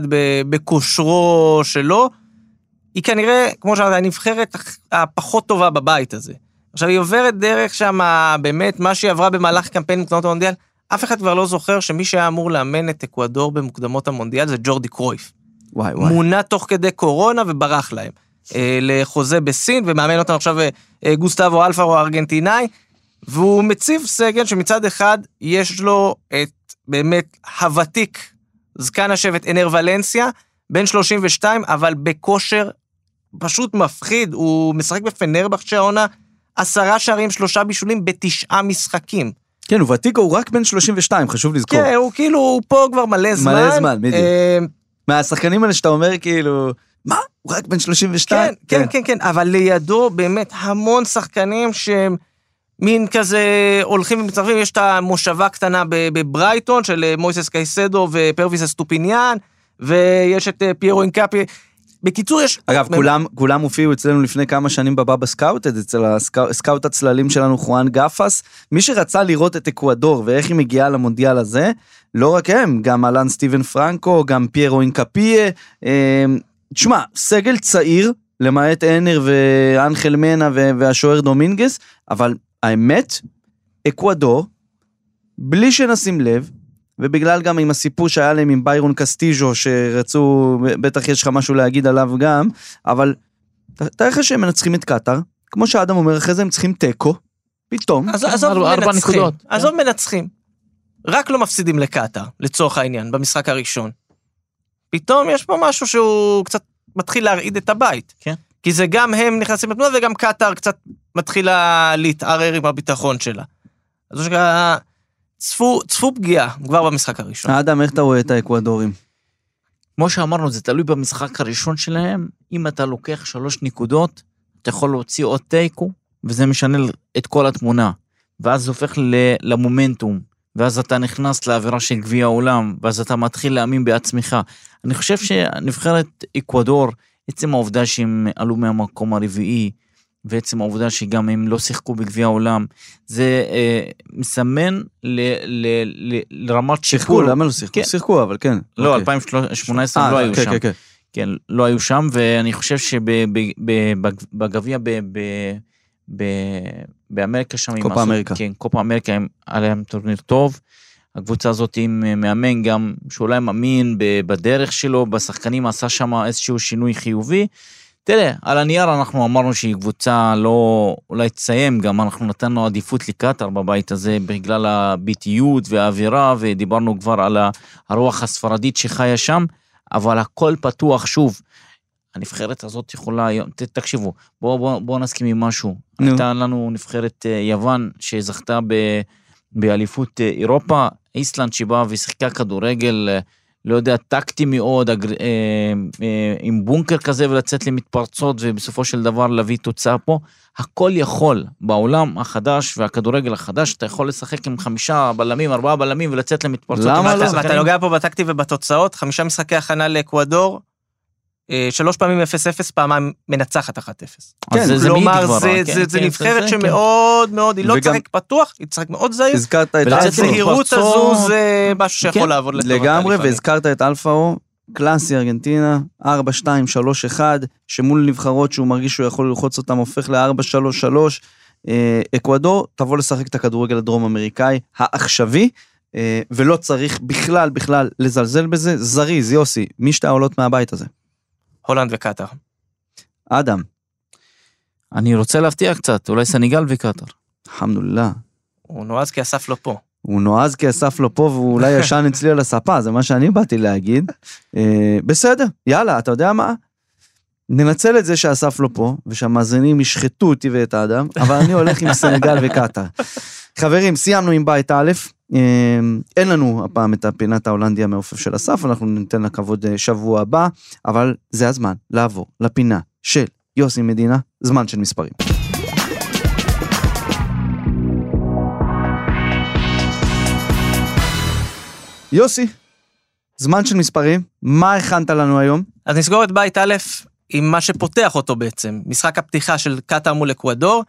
בכושרו שלו, היא כנראה, כמו שאמרת, הנבחרת הפחות טובה בבית הזה. עכשיו, היא עוברת דרך שם, באמת, מה שהיא עברה במהלך קמפיין מוקדמות המונדיאל, אף אחד כבר לא זוכר שמי שהיה אמור לאמן את אקוודור במוקדמות המונדיאל, זה ג'ורדי קרויף. וואי וואי. מונה תוך כדי קורונה וברח להם. אה, לחוזה בסין, ומאמן אותם עכשיו אה, גוסטבו אלפרו הארגנטינאי, והוא מציב סגל שמצד אחד יש לו את באמת הוותיק, זקן השבט אנר ולנסיה, בן שלושים ושתיים, אבל בכושר פשוט מפחיד, הוא משחק בפנרבחצ'ה העונה, עשרה שערים, שלושה בישולים בתשעה משחקים. כן, הוא ותיק, הוא רק בן שלושים ושתיים, חשוב לזכור. כן, הוא כאילו, הוא פה כבר מלא זמן. מלא זמן, בדיוק. מהשחקנים האלה שאתה אומר כאילו, מה? הוא רק בן שלושים ושתיים? כן, כן, כן, כן, אבל לידו באמת המון שחקנים שהם, מין כזה הולכים ומצטרפים, יש את המושבה קטנה בברייטון של מויסס קייסדו ופרוויס אסטופיניאן, ויש את פיירו אינקאפי. בקיצור יש... אגב, כולם, כולם הופיעו אצלנו לפני כמה שנים בבאבא סקאוטד, אצל הסקאוט הצללים שלנו חואן גפס, מי שרצה לראות את אקוודור ואיך היא מגיעה למונדיאל הזה, לא רק הם, גם אלן סטיבן פרנקו, גם פיירו אינקאפיה, תשמע, סגל צעיר, למעט אנר ואנחל מנה והשוער דומינגס, אבל האמת, אקוודור, בלי שנשים לב, ובגלל גם עם הסיפור שהיה להם עם ביירון קסטיז'ו, שרצו, בטח יש לך משהו להגיד עליו גם, אבל תראה לך שהם מנצחים את קטר, כמו שאדם אומר, אחרי זה הם צריכים טקו, פתאום. עזוב מנצחים, עזוב מנצחים, רק לא מפסידים לקטר, לצורך העניין, במשחק הראשון. פתאום יש פה משהו שהוא קצת מתחיל להרעיד את הבית. כן. כי זה גם הם נכנסים לתמונה, וגם קטר קצת מתחילה להתערער עם הביטחון שלה. אז זה שככה, צפו, צפו פגיעה, כבר במשחק הראשון. האדם, איך אתה רואה את האקוודורים? כמו שאמרנו, זה תלוי במשחק הראשון שלהם, אם אתה לוקח שלוש נקודות, אתה יכול להוציא עוד טייקו, וזה משנה את כל התמונה, ואז זה הופך למומנטום, ואז אתה נכנס לעבירה של גביע העולם, ואז אתה מתחיל להאמין בעצמך. אני חושב שנבחרת אקוודור, עצם העובדה שהם עלו מהמקום הרביעי, ועצם העובדה שגם הם לא שיחקו בגביע העולם, זה אה, מסמן ל, ל, ל, לרמת שיפור. שיחקו, למה לא שיחקו? כן. שיחקו, אבל כן. לא, אוקיי. אלפיים שמונה עשרה לא היו כן, שם. כן, כן. כן, לא היו שם, ואני חושב שבגביע באמריקה שם, קופה אמריקה. כן, קופה אמריקה, עליהם טורניר טוב, הקבוצה הזאת עם מאמן גם, שאולי מאמין בדרך שלו, בשחקנים עשה שם איזשהו שינוי חיובי, תראה, על הנייר אנחנו אמרנו שהיא קבוצה לא, אולי תסיים, גם אנחנו נתנו עדיפות לקטר בבית הזה, בגלל הביטיות והאווירה, ודיברנו כבר על הרוח הספרדית שחיה שם, אבל הכל פתוח, שוב, הנבחרת הזאת יכולה, תקשיבו, בואו בוא, בוא נסכים עם משהו, no. הייתה לנו נבחרת יוון, שזכתה ב, באליפות אירופה, איסלנד שבאה ושיחקה כדורגל, לא יודע, טקטי מאוד, עם בונקר כזה ולצאת למתפרצות, ובסופו של דבר להביא תוצאה פה, הכל יכול בעולם החדש והכדורגל החדש, אתה יכול לשחק עם חמישה בלמים, ארבעה בלמים ולצאת למתפרצות. למה לא? ואתה נוגע פה בטקטי ובתוצאות, חמישה משחקי הכנה לאקוודור, שלוש פעמים אפס אפס, פעמיים מנצחת אחת אפס. כן, זה כלומר, זה נבחרת שמאוד מאוד, היא לא תשחק פתוח, היא תשחק מאוד זהיר, והזהירות הזו זה משהו שיכול לעבוד לטובת. לגמרי, והזכרת את אלפאו, קלאסי ארגנטינה, ארבע שתיים שלוש אחת, שמול נבחרות שהוא מרגיש שהוא יכול ללחוץ אותם, הופך ל-ארבע שלוש שלוש, אקוודור, תבוא לשחק את הכדורגל הדרום אמריקאי, העכשווי, ולא צריך בכלל, בכלל לזלזל בזה, זריז, יוסי, מי שתי העולות מהבית הזה? הולנד וקטר. אדם. אני רוצה להפתיע קצת, אולי סניגל וקטר. אלחמדולillah. הוא נועז כי אסף לא פה. הוא נועז כי אסף לא פה, והוא אולי ישן אצלי על הספה, זה מה שאני באתי להגיד. בסדר, יאללה, אתה יודע מה? ננצל את זה שאסף לא פה, ושהמאזינים ישחטו אותי ואת האדם, אבל אני הולך עם סניגל וקטר. חברים, סיימנו עם בית א', אין לנו הפעם את הפינת ההולנדיה מעופף של אסף, אנחנו ניתן לה כבוד שבוע הבא, אבל זה הזמן לעבור לפינה של יוסי מדינה, זמן של מספרים. יוסי, זמן של מספרים, מה הכנת לנו היום? אז נסגור את בית א' עם מה שפותח אותו בעצם, משחק הפתיחה של קטר מול אקוודור,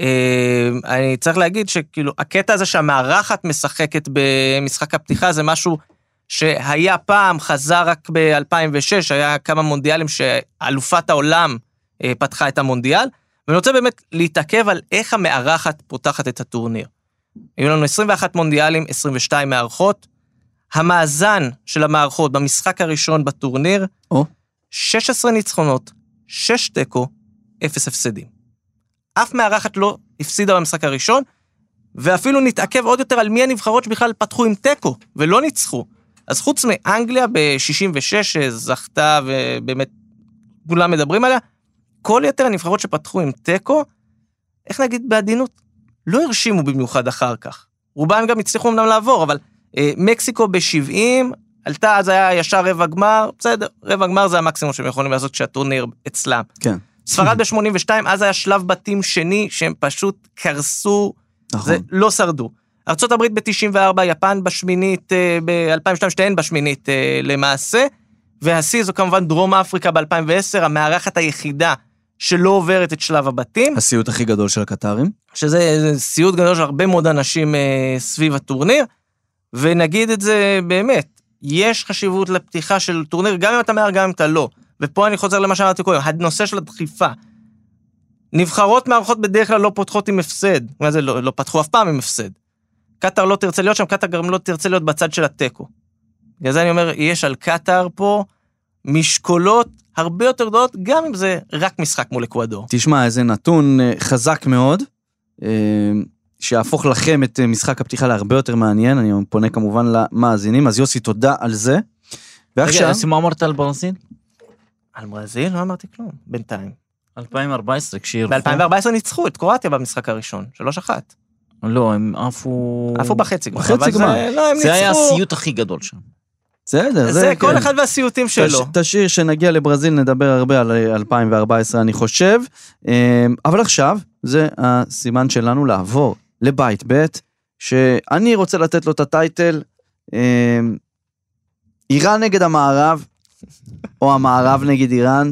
אני צריך להגיד שכאילו, הקטע הזה שהמארחת משחקת במשחק הפתיחה, זה משהו שהיה פעם, חזר רק ב-אלפיים ושש, היה כמה מונדיאלים שאלופת העולם פתחה את המונדיאל, ואני רוצה באמת להתעכב על איך המארחת פותחת את הטורניר. היו לנו עשרים ואחת מונדיאלים, עשרים ושתיים מארחות, המאזן של המארחות במשחק הראשון בטורניר, או? שש עשרה ניצחונות, שש תיקו, אפס הפסדים. אף מארחת לא הפסידה במשחק הראשון, ואפילו נתעכב עוד יותר על מי הנבחרות שבכלל פתחו עם טקו, ולא ניצחו. אז חוץ מאנגליה ב-שישים ושש, שזכתה ובאמת כולם מדברים עליה, כל יתר הנבחרות שפתחו עם טקו, איך נגיד בעדינות? לא הרשימו במיוחד אחר כך. רובן גם הצליחו אמנם לעבור, אבל אה, מקסיקו ב-שבעים, עלתה, אז היה ישר רבע גמר, בסדר, רבע גמר זה המקסימום שהם יכולים לעשות כשהטורניר אצלם. כן. ספרד ב-שמונים ושתיים, אז היה שלב בתים שני, שהם פשוט קרסו, נכון. זה לא שרדו. ארצות הברית ב-תשעים וארבע, יפן בשמינית, ב-אלפיים ושתיים, שתיהן בשמינית למעשה, והשיא זו כמובן דרום אפריקה ב-אלפיים ועשר, המארחת היחידה שלא עוברת את שלב הבתים. הסיוט הכי גדול של הקטרים. שזה סיוט גדול של הרבה מאוד אנשים סביב הטורניר, ונגיד את זה באמת, יש חשיבות לפתיחה של טורניר, גם אם אתה מאר, גם אם אתה לא. ופה אני חוזר למה שאמרתי קודם, הנושא של הדחיפה. נבחרות מערכות בדרך כלל לא פותחות עם הפסד, מה זה לא, לא פתחו אף פעם עם הפסד. קטר לא תרצה להיות שם, קטר גם לא תרצה להיות בצד של הטקו. בגלל זה אני אומר, יש על קטר פה משקולות הרבה יותר גדולות, גם אם זה רק משחק מול אקוודור. תשמע, איזה נתון חזק מאוד, שיהפוך לכם את משחק הפתיחה להרבה יותר מעניין, אני פונה כמובן למאזינים, אז יוסי, תודה על זה. ועכשיו... רגע, מה אמרת על ברזיל? על ברזיל? לא אמרתי כלום, בינתיים. אלפיים וארבע עשרה, כשהיא... ב-אלפיים וארבע עשרה ניצחו את קרואטיה במשחק הראשון, שלוש אחת. לא, הם עפו... עפו בחצי גמר. בחצי גמר. זה היה הסיוט הכי גדול שם. בסדר, זה כל אחד והסיוטים שלו. תשאיר שנגיע לברזיל, נדבר הרבה על אלפיים וארבע עשרה, אני חושב. אבל עכשיו, זה הסימן שלנו לעבור לבית ב', שאני רוצה לתת לו את הטייטל, איראן נגד המערב, או המערב נגד איראן,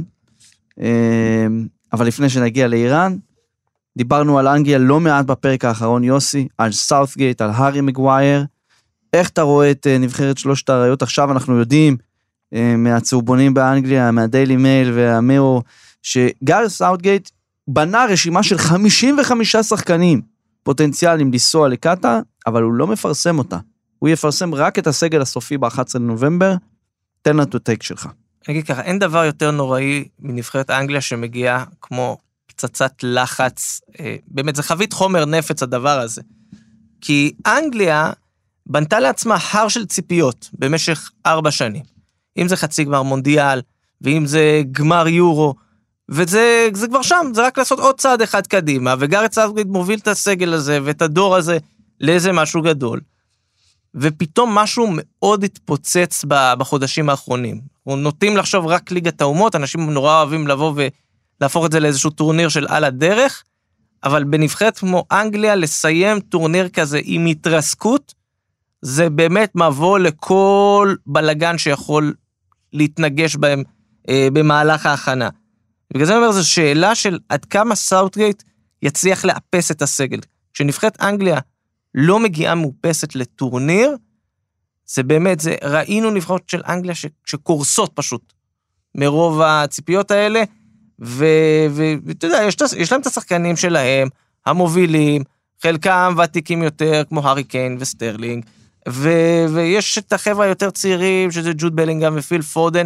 אבל לפני שנגיע לאיראן, דיברנו על אנגליה לא מעט בפרק האחרון, יוסי, על סאות'גייט, על הארי מגווייר, איך אתה רואה את נבחרת שלושת האריות, עכשיו אנחנו יודעים מהצהובונים באנגליה, מהדיילי מייל והמירו, שגארת' סאות'גייט בנה רשימה של חמישים וחמישה שחקנים פוטנציאליים לנסוע לקטאר, אבל הוא לא מפרסם אותה. הוא יפרסם רק את הסגל הסופי ב-אחד עשר לנובמבר, תן לנו טייק שלך. אני אגיד ככה, אין דבר יותר נוראי מנבחרת אנגליה שמגיעה כמו פצצת לחץ, באמת זה חבית חומר נפץ הדבר הזה. כי אנגליה בנתה לעצמה הר של ציפיות במשך ארבע שנים. אם זה חצי גמר מונדיאל, ואם זה גמר יורו, וזה זה כבר שם, זה רק לעשות עוד צעד אחד קדימה, וגארת' סאות'גייט מוביל את הסגל הזה, ואת הדור הזה, לאיזה משהו גדול. ופתאום משהו מאוד התפוצץ בחודשים האחרונים. אנחנו נוטים לחשוב רק ליגת האומות, אנשים נורא אוהבים לבוא ולהפוך את זה לאיזשהו טורניר של על הדרך, אבל בנבחרת כמו אנגליה, לסיים טורניר כזה עם התרסקות, זה באמת מבוא לכל בלגן שיכול להתנגש בהם אה, במהלך ההכנה. בגלל זה אני אומר, זו שאלה של עד כמה סאות'גייט יצליח לאפס את הסגל. כשנבחרת אנגליה לא מגיעה מאופסת לטורניר, זה באמת, זה, ראינו נבחרות של אנגליה ש, שקורסות פשוט, מרוב הציפיות האלה, ואתה יודע, יש, יש להם את השחקנים שלהם, המובילים, חלקם ותיקים יותר, כמו הארי קיין וסטרלינג, ו, ויש את החבר'ה היותר צעירים, שזה ג'וד בלינגהאם ופיל פודן,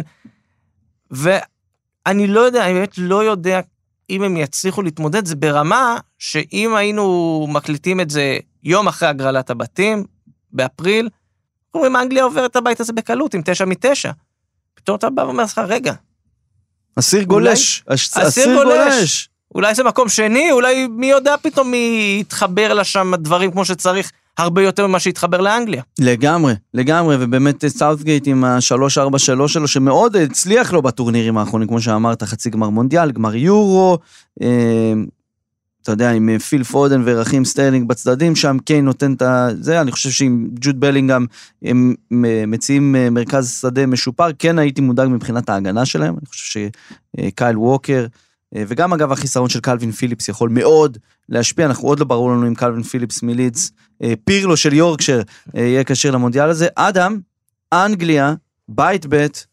ואני לא יודע, אני באמת לא יודע, אם הם יצליחו להתמודד, זה ברמה שאם היינו מקליטים את זה יום אחרי הגרלת הבתים, באפריל, אומרים, אנגליה עוברת הבית הזה בקלות, עם תשע מתשע. פתאום אתה בא ואומר לך, רגע. אסיר גולש. אסיר גולש. אולי זה מקום שני, אולי מי יודע פתאום מי יתחבר לשם דברים כמו שצריך, הרבה יותר ממה שהתחבר לאנגליה. לגמרי, לגמרי, ובאמת סאות'גייט עם ה-שלוש ארבע שלוש שלו, שמאוד הצליח לו בטורנירים האחרונים, כמו שאמרת, חצי גמר מונדיאל, גמר יורו, אה, אתה יודע, עם פיל פודן ורחים סטרלינג בצדדים, שם קיין נותן את זה, אני חושב שעם ג'וד בלינגהאם הם מציעים מרכז שדה משופר, כן הייתי מודאג מבחינת ההגנה שלהם, אני חושב שקייל ווקר, וגם אגב החיסרון של קלווין פיליפס יכול מאוד להשפיע, אנחנו עוד לא ברור לנו אם קלווין פיליפס מיליץ, פירלו של יורקשר יהיה קשר למונדיאל הזה. אדם, אנגליה, בית בית,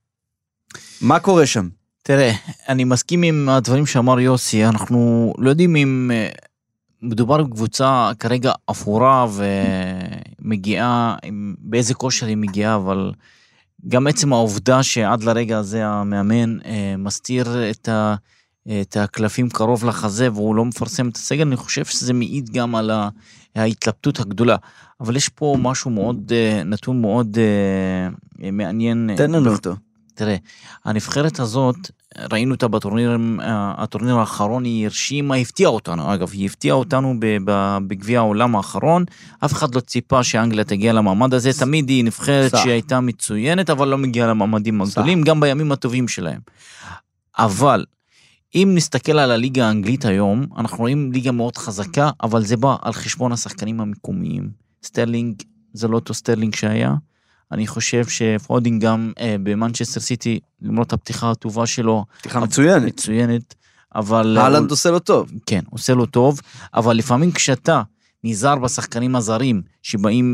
מה קורה שם? תראה, אני מסכים עם הדברים שאמר יוסי, אנחנו לא יודעים אם מדובר בקבוצה כרגע אפורה ומגיעה, באיזה כושר היא מגיעה, אבל גם עצם העובדה שעד לרגע הזה המאמן מסתיר את ה... את הקלפים קרוב לחזה, והוא לא מפרסם את הסגל, אני חושב שזה מעיד גם על ההתלבטות הגדולה. אבל יש פה משהו מאוד, נתון מאוד מעניין. תן לנו אותו. תראה, הנבחרת הזאת, ראינו אותה בטורניר, הטורניר האחרון, היא הרשימה, הפתיעה אותנו, אגב, היא הפתיעה אותנו בגביע העולם האחרון, אף אחד לא ציפה שאנגליה תגיע למעמד הזה, תמיד היא נבחרת שהייתה מצוינת, אבל לא מגיעה למעמדים הגדולים, גם בימים הטובים שלהם. אבל, אם נסתכל על הליגה האנגלית היום, אנחנו רואים ליגה מאוד חזקה, אבל זה בא על חשבון השחקנים המקומיים. סטרלינג, זה לא אותו סטרלינג שהיה. אני חושב שפודינג גם אה, במנצ'סטר סיטי, למרות הפתיחה הטובה שלו. פתיחה מצוינת. מצוינת, אבל... הלנד עושה לו טוב. כן, עושה לו טוב, אבל לפעמים כשאתה נזהר בשחקנים הזרים, שבאים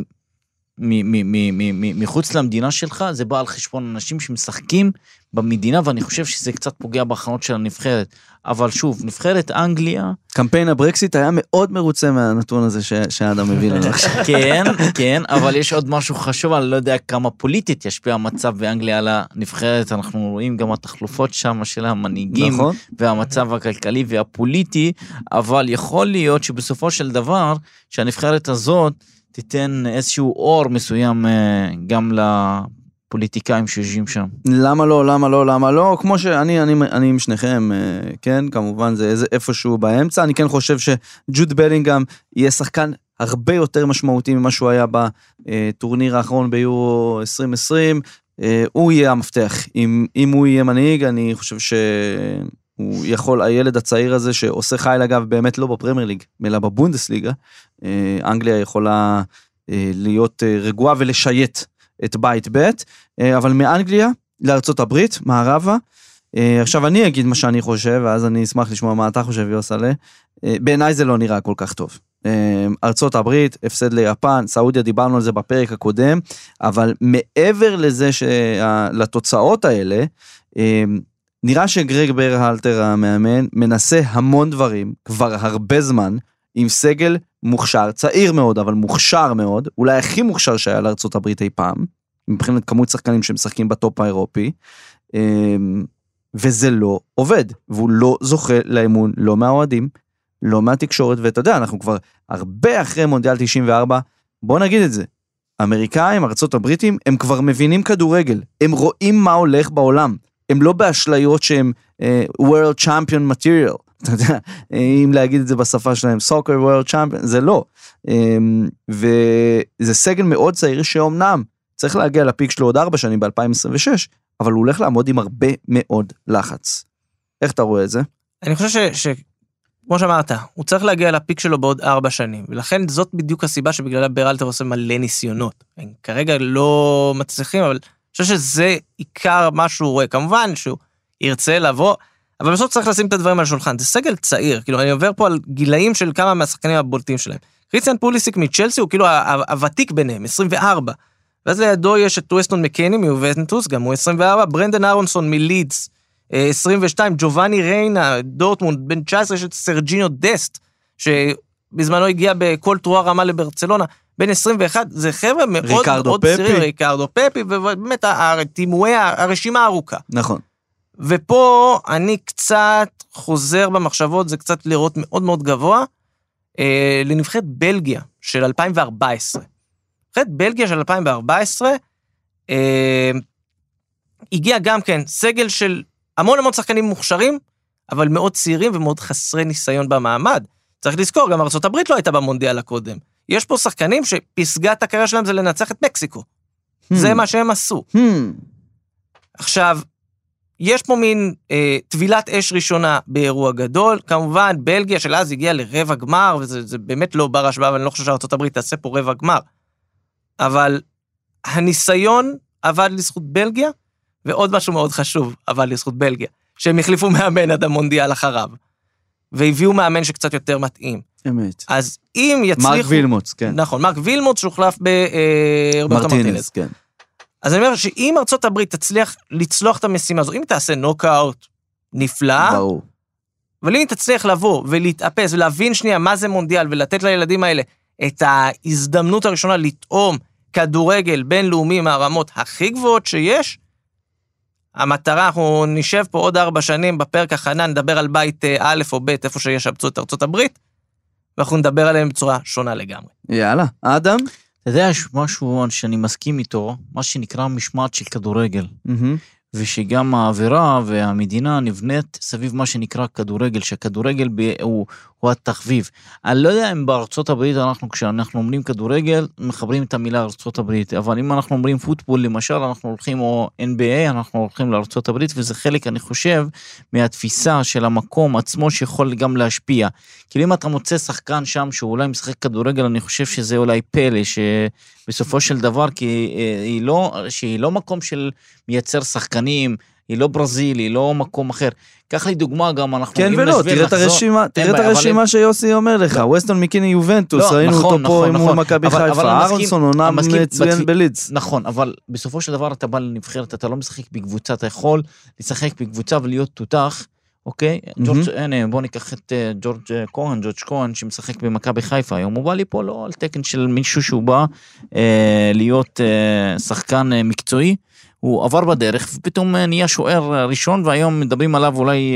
מחוץ למדינה שלך, זה בא על חשבון אנשים שמשחקים במדינה, ואני חושב שזה קצת פוגע בהכנות של הנבחרת. אבל שוב, נבחרת אנגליה... קמפיין הברקסיט היה מאוד מרוצה מהנתון הזה שהאדם מביא לנו עכשיו. כן, כן, אבל יש עוד משהו חשוב, אני לא יודע כמה פוליטית ישפיע המצב באנגליה על הנבחרת, אנחנו רואים גם התחלופות שם של המנהיגים, נכון. והמצב הכלכלי והפוליטי, אבל יכול להיות שבסופו של דבר, שהנבחרת הזאת תיתן איזשהו אור מסוים גם לפוליטיקאים שיושבים שם. למה לא, למה לא, למה לא? כמו שאני אני, אני עם שניכם, כן, כמובן זה איזה, איפשהו באמצע, אני כן חושב שג'וד בלינגהאם יהיה שחקן הרבה יותר משמעותי ממה שהוא היה בטורניר האחרון ביורו עשרים עשרים, הוא יהיה המפתח. אם, אם הוא יהיה מנהיג, אני חושב ש... הוא יכול, הילד הצעיר הזה שעושה חייל אגב באמת לא בפרמייר ליג, אלא בבונדסליגה, אנגליה יכולה להיות רגועה ולשייט את בית בית, אבל מאנגליה לארצות הברית, מערבה, עכשיו אני אגיד מה שאני חושב, ואז אני אשמח לשמוע מה אתה חושב יוסלה, בעיניי זה לא נראה כל כך טוב. ארצות הברית, הפסד ליפן, סעודיה, דיברנו על זה בפרק הקודם, אבל מעבר לזה, לתוצאות האלה, נראה שגרג ברהלטר המאמן, מנסה המון דברים, כבר הרבה זמן, עם סגל מוכשר, צעיר מאוד, אבל מוכשר מאוד, אולי הכי מוכשר שהיה לארצות הברית אי פעם, מבחינת כמות שחקנים שמשחקים בטופ האירופי, וזה לא עובד, והוא לא זוכה לאמון, לא מהאוהדים, לא מהתקשורת, ואתה יודע, אנחנו כבר הרבה אחרי מונדיאל תשעים וארבע, בוא נגיד את זה, אמריקאים, ארצות הבריטים, הם כבר מבינים כדורגל, הם רואים מה הולך בעולם, הם לא באשליות שהם uh, World Champion Material, אתה יודע, אם להגיד את זה בשפה שלהם, Soccer World Champion, זה לא, um, וזה סגל מאוד צעיר שאומנם, צריך להגיע לפיק שלו עוד ארבע שנים ב-אלפיים עשרים ושש, אבל הוא הולך לעמוד עם הרבה מאוד לחץ. איך אתה רואה את זה? אני חושב ש... ש... כמו שאמרת, הוא צריך להגיע לפיק שלו בעוד ארבע שנים, ולכן זאת בדיוק הסיבה שבגללה ברהלטר עושה מלא ניסיונות. הם כרגע לא מצליחים, אבל אני חושב שזה עיקר מה שהוא רואה. כמובן שהוא ירצה לבוא, אבל בסוף צריך לשים את הדברים על השולחן. זה סגל צעיר, כאילו אני עובר פה על גילאים של כמה מהשחקנים הבולטים שלהם. קריסטיאן פוליסיק מצ'לסי הוא כאילו הוותיק ביניהם, עשרים וארבע. ואז לידו יש את ווסטון מקני מיובנטוס, גם הוא עשרים וארבע, ברנדן ארונסון מלידס, עשרים ושתיים, ג'ובאני ריינה, דורטמונד, בן תשע עשרה, יש את סרג'יניו דסט, שבזמנו הגיע בכל תרועה רמה לברצלונה, בן עשרים ואחת, זה חבר'ה מאוד מאוד צעירים, ריקרדו פפי, ובאמת התימואי, הרשימה הארוכה. נכון. ופה אני קצת חוזר במחשבות, זה קצת לראות מאוד מאוד גבוה, לנבחרת בלגיה של אלפיים וארבע עשרה. נבחרת בלגיה של אלפיים וארבע עשרה, הגיע גם כן סגל של המון המון שחקנים מוכשרים, אבל מאוד צעירים ומאוד חסרי ניסיון במעמד. צריך לזכור, גם ארצות הברית לא הייתה במונדיאל הקודם. יש פה שחקנים שפסגת הקריירה שלהם זה לנצח את מקסיקו. Hmm. זה מה שהם עשו. Hmm. עכשיו, יש פה מין אה, טבילת אש ראשונה באירוע גדול, כמובן בלגיה של אז הגיעה לרבע גמר, וזה זה באמת לא בר השוואה, אבל אני לא חושב שארצות הברית תעשה פה רבע גמר. אבל הניסיון עבד לזכות בלגיה, ועוד משהו מאוד חשוב, אבל לזכות בלגיה, שהם החליפו מאמן עד המונדיאל אחריו, והביאו מאמן שקצת יותר מתאים. אמת. אז אם יצליחו... מרק וילמוץ, כן. נכון, מרק וילמוץ שהוחלף ברברטו מרטינז. כן. אז אני אומר שאם ארצות הברית תצליח לצלוח את המשימה הזו, אם היא תעשה נוקאוט נפלא, ברור. אבל אם היא תצליח לבוא ולהתאפס ולהבין שנייה מה זה מונדיאל, ולתת לילדים האלה את ההזדמנות הראשונה לטעום כדורגל בינלאומי מהרמות הכי גבוהות שיש, המטרה, אנחנו נשב פה עוד ארבע שנים בפרק הכנה, נדבר על בית א' או ב', איפה שישבצו את ארצות הברית, ואנחנו נדבר עליהם בצורה שונה לגמרי. יאללה, אדם? אתה יודע, משהו שאני מסכים איתו, מה שנקרא משמעת של כדורגל, ושגם האווירה והמדינה נבנית סביב מה שנקרא כדורגל, שהכדורגל הוא, הוא התחביב. אני לא יודע אם בארצות הברית, אנחנו, כשאנחנו אומרים כדורגל, מחברים את המילה ארצות הברית, אבל אם אנחנו אומרים פוטבול, למשל, אנחנו הולכים, או אן בי איי, אנחנו הולכים לארצות הברית, וזה חלק, אני חושב, מהתפיסה של המקום עצמו, שיכול גם להשפיע. כי אם אתה מוצא שחקן שם, שאולי משחק כדורגל, אני חושב שזה אולי פלא, שבסופו של דבר, כי היא לא, שהיא לא מקום של מייצר שחקנים, היא לא ברזיל, היא לא מקום אחר. קח לי דוגמה גם, אנחנו... כן ולא, תראה את הרשימה, תראה את הרשימה שיוסי אומר לך, ווסטון מקני יובנטוס, ראינו אותו פה מול מכבי חיפה, ארונסון עונה מצוין בלידס. נכון, אבל בסופו של דבר אתה בא לנבחרת, אתה לא משחק בקבוצה, אתה יכול לשחק בקבוצה ולהיות תותח, אוקיי? הנה, בוא ניקח את ג'ורג' כהן, ג'ורג' כהן, שמשחק במכבי חיפה, היום הוא בא לי פה לא על תקן של מישהו שהוא בא להיות שחקן מקצועי, הוא עבר בדרך, ופתאום נהיה שוער ראשון, והיום מדברים עליו אולי...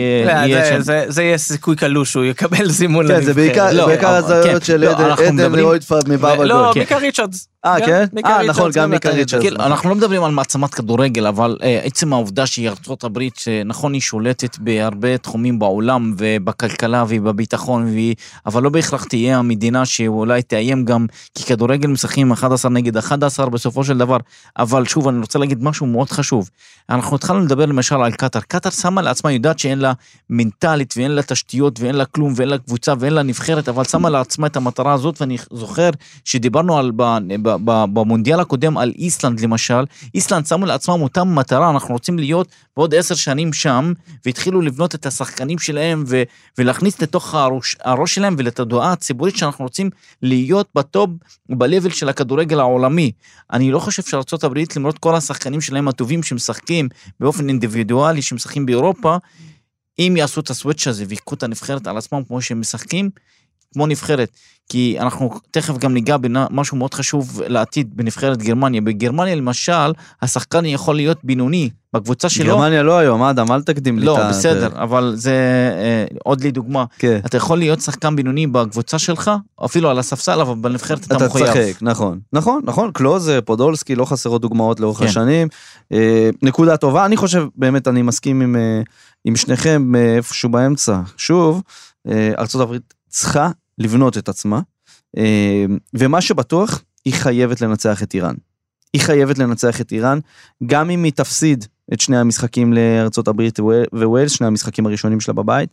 זה יהיה סיכוי קלוש, הוא יקבל זימון לנבחרת. כן, זה בעיקר הזיות של עדן רויטפרד מבאבא גול. לא, מיקה ריצ'רדס. אה, כן? אה, נכון, גם מיקה ריצ'רדס. אנחנו לא מדברים על מעצמת כדורגל, אבל עצם העובדה שהיא ארצות הברית, שנכון היא שולטת בהרבה תחומים בעולם, ובכלכלה ובביטחון, אבל לא בהכרח תהיה המדינה שאולי תאיים גם, כי כדורגל משחקים אחד עשר נגד אחד עשר בסופו של דבר, אבל שוב, אני רוצה להגיד משהו מאוד חשוב. אנחנו התחלנו לדבר למשל על קטר. קטר שמה לעצמה, יודעת שאין לה מנטלית, ואין לה תשתיות, ואין לה כלום, ואין לה קבוצה, ואין לה נבחרת, אבל שמה לעצמה את המטרה הזאת, ואני זוכר שדיברנו על, ב, ב, ב, במונדיאל הקודם על איסלנד למשל, איסלנד שמו לעצמם אותם מטרה, אנחנו רוצים להיות בעוד עשר שנים שם, והתחילו לבנות את השחקנים שלהם, ו, ולהכניס לתוך הראש, הראש שלהם, ולתודעה הציבורית שאנחנו רוצים להיות בטופ, בלבל של הכדורגל העולמי. אני לא חושב שארצות הברית, למרות כל השחקנים שלהם הטובים שמשחקים באופן אינדיבידואלי, שמשחקים באירופה, אם יעשו את הסוויץ' הזה ויקחו את הנבחרת על עצמם כמו שהם משחקים, כמו נבחרת, כי אנחנו תכף גם ניגע במשהו מאוד חשוב לעתיד בנבחרת גרמניה. בגרמניה למשל, השחקן יכול להיות בינוני בקבוצה שלו. גרמניה לא היום, אדם, אל תקדים לי את ה... לא, בסדר, אבל זה אה, עוד לי דוגמה. כן. אתה יכול להיות שחקן בינוני בקבוצה שלך, אפילו על הספסל, אבל בנבחרת אתה, אתה מחויב. אתה צחק, נכון, נכון, נכון, קלוז, פודולסקי, לא חסרות דוגמאות לאורך כן. השנים. אה, נקודה טובה, אני חושב, באמת אני מסכים עם, אה, עם שניכם אה, איפשהו באמצע. שוב, אה, ארצות הברית צריכה לבנות את עצמה, ומה שבטוח, היא חייבת לנצח את איראן. היא חייבת לנצח את איראן, גם אם היא תפסיד את שני המשחקים לארצות הברית וווילס, שני המשחקים הראשונים שלה בבית.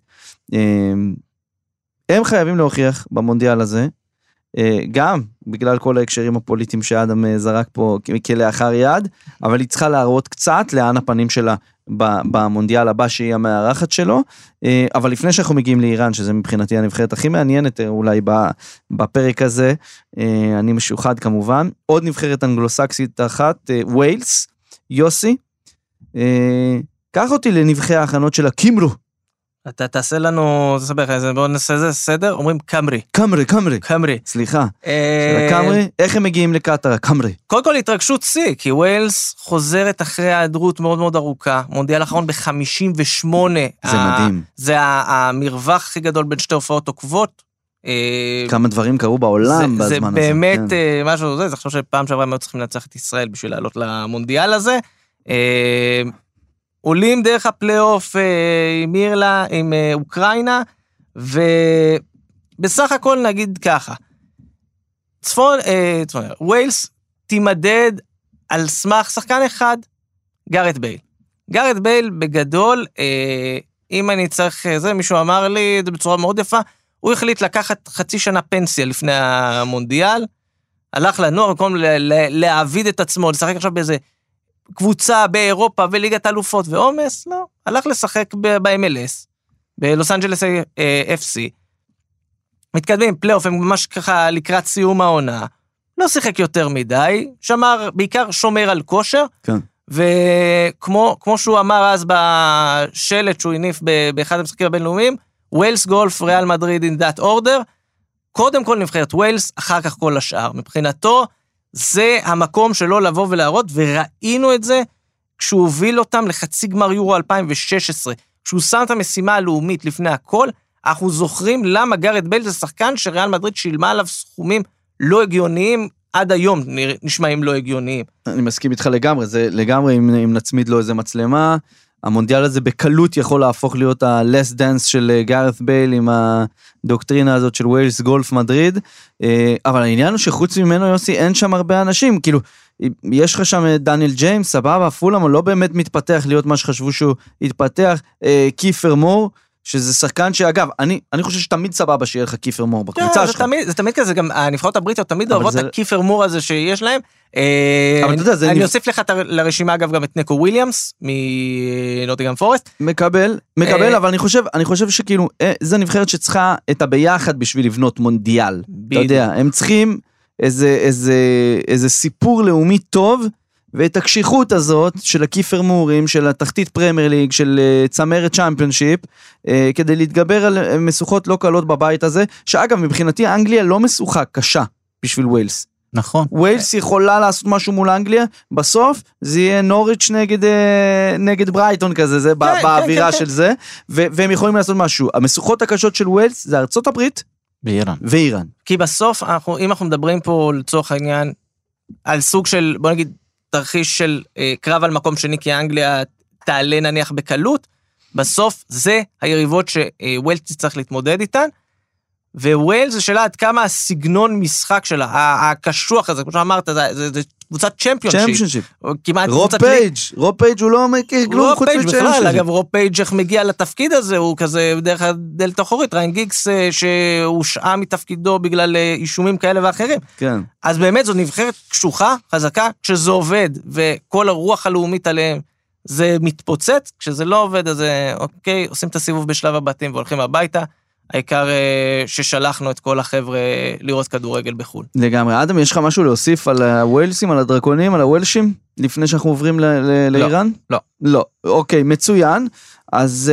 הם חייבים להוכיח במונדיאל הזה, גם בגלל כל ההקשרים הפוליטיים שאדם זרק פה כלאחר יד, אבל היא צריכה להראות קצת לאן הפנים שלה במונדיאל הבא שהיא המארחת שלו, אבל לפני שאנחנו מגיעים לאיראן, שזה מבחינתי הנבחרת הכי מעניינת אולי בפרק הזה, אני משוחד כמובן, עוד נבחרת אנגלוסקסית אחת, ווילס, יוסי, קח אותי לנבחי ההכנות של הקימרו. אתה תעשה לנו, בואו נעשה איזה סדר, אומרים קמרי. קמרי, קמרי. קמרי. סליחה. של הקמרי, איך הם מגיעים לקטר, הקמרי? קודם כל התרגשות שיא, כי ווילס חוזרת אחרי ההיעדרות מאוד מאוד ארוכה, מונדיאל האחרון ב-חמישים ושמונה. זה מדהים. זה המרווח הכי גדול בין שתי הופעות עוקבות. כמה דברים קרו בעולם בזמן הזה. זה באמת משהו, זה חושב שפעם שעברה הם היו צריכים לנצח את ישראל בשביל לעלות למונדיאל הזה. עולים דרך הפלייאוף עם אירלה, עם אוקראינה, ובסך הכל נגיד ככה, צפון, צפון, ווילס תימדד על סמך שחקן אחד, גארט בייל. גארט בייל בגדול, אם אני צריך, זה מישהו אמר לי, זה בצורה מאוד יפה, הוא החליט לקחת חצי שנה פנסיה לפני המונדיאל, הלך לנוער, במקום להעביד את עצמו, לשחק עכשיו באיזה, קבוצה באירופה וליגת אלופות ועומס, לא, הלך לשחק ב-אם אל אס, בלוס אנג'לס אף סי, מתקדמים פלייאוף, הם ממש ככה לקראת סיום העונה, לא שיחק יותר מדי, שמר, בעיקר שומר על כושר, כן. וכמו כמו שהוא אמר אז בשלט שהוא הניף באחד המשחקים הבינלאומיים, ווילס גולף, ריאל מדריד in that order, קודם כל נבחרת ווילס, אחר כך כל השאר, מבחינתו, זה המקום שלו לבוא ולהראות, וראינו את זה כשהוא הוביל אותם לחצי גמר יורו אלפיים ושש עשרה, כשהוא שם את המשימה הלאומית לפני הכל, אנחנו זוכרים למה גארט בייל זה שחקן שריאל מדריד שילמה עליו סכומים לא הגיוניים, עד היום נשמעים לא הגיוניים. אני מסכים איתך לגמרי, זה לגמרי אם, אם נצמיד לו איזה מצלמה, המונדיאל הזה בקלות יכול להפוך להיות ה-less dance של גארט בייל עם הדוקטרינה הזאת של ווילס גולף מדריד, אבל העניין הוא שחוץ ממנו יוסי אין שם הרבה אנשים, כאילו יש לך שם דניאל ג'יימס, סבבה, פולאם לא באמת מתפתח להיות מה שחשבו שהוא יתפתח, קיפר מור, שזה שחקן שאגב, אני, אני חושב שתמיד סבבה שיהיה לך קיפר מור בקבוצה שלך. זה תמיד כזה, גם הנבחרות הבריטיות תמיד אוהבות את הקיפר מור הזה שיש להם. אבל אתה יודע, זה... אני אוסיף לך לרשימה אגב גם את נקו וויליאמס, מנוטיגהאם פורסט. מקבל, מקבל, אבל אני חושב, אני חושב שכאילו, זה נבחרת שצריכה את הביחד בשביל לבנות מונדיאל. אתה יודע, הם צריכים איזה, איזה, איזה סיפור לאומי טוב, ואת הקשיחות הזאת של הקיפר מורים, של התחתית פרמייר ליג, של צמרת צ'אמפיונשיפ, כדי להתגבר על משוכות לא קלות בבית הזה, שאגב, מבחינתי, אנגליה לא משוכה קשה בשביל ווילס. נכון. ווילס יכולה לעשות משהו מול אנגליה, בסוף זה יהיה נוריץ' נגד, נגד ברייטון כזה, זה כן, באווירה כן, של כן. זה, ו- והם יכולים לעשות משהו. המשוכות הקשות של ווילס זה ארצות הברית, ואיראן. ואיראן. כי בסוף, אנחנו, אם אנחנו מדברים פה לצורך העניין, על סוג של, בוא נגיד, תרחיש של אה, קרב על מקום שני, כי אנגליה תעלה נניח בקלות, בסוף זה היריבות שווילס צריך להתמודד איתן, ווילס זה שאלה עד כמה הסגנון משחק שלה, הקשוח הזה, כמו שאמרת, זה, זה, זה קבוצת צ'מפיונשיפ. צ'מפיונשיפ. כמעט רוב קבוצת פייג', רוב פייג' הוא לא מכיר כלום חוץ מצ'מפיונשיפ. רוב פייג' בכלל, אגב, רוב פייג' איך מגיע לתפקיד הזה, הוא כזה בדרך הדלת האחורית, ריין גיגס שהושעה מתפקידו בגלל אישומים כאלה ואחרים. כן. אז באמת זו נבחרת קשוחה, חזקה, כשזה עובד, וכל הרוח הלאומית עליהם, זה מתפוצץ, כשזה לא עובד, אז אוקיי, עושים את הסיבוב בשלב הבתים והולכים הביתה, העיקר ששלחנו את כל החבר'ה לראות כדורגל בחול. לגמרי. אדם, יש לך משהו להוסיף על הווילסים, על הדרקונים, על הוולשים, לפני שאנחנו עוברים לאיראן? לא. לא. אוקיי, מצוין. אז,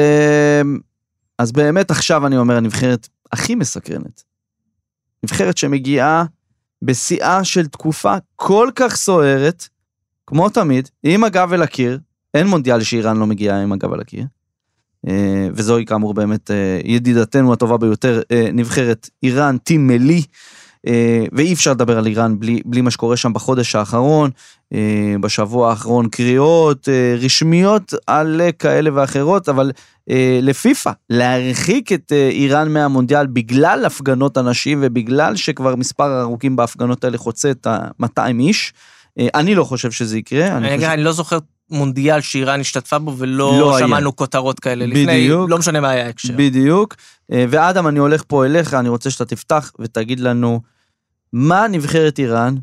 אז באמת עכשיו אני אומר, הנבחרת הכי מסקרנת. נבחרת שמגיעה בשיאה של תקופה כל כך סוערת, כמו תמיד, עם הגב אל הקיר, אין מונדיאל שאיראן לא מגיעה עם הגב אל הקיר, וזוהי כאמור באמת ידידתנו הטובה ביותר, נבחרת איראן, טים מלי, ואי אפשר לדבר על איראן בלי, בלי מה שקורה שם בחודש האחרון, בשבוע האחרון קריאות רשמיות על כאלה ואחרות, אבל לפיפה, להרחיק את איראן מהמונדיאל בגלל הפגנות אנשים, ובגלל שכבר מספר ארוכים בהפגנות האלה חוצה את ה-מאתיים איש, אני לא חושב שזה יקרה. אני, אני, חושב... אני לא זוכר מונדיאל שאיראן השתתפה בו, ולא לא שמענו היה. כותרות כאלה לפני, בדיוק, לא משנה מה היה הקשר. בדיוק, ואדם, אני הולך פה אליך, אני רוצה שאתה תפתח ותגיד לנו, מה נבחרת איראן,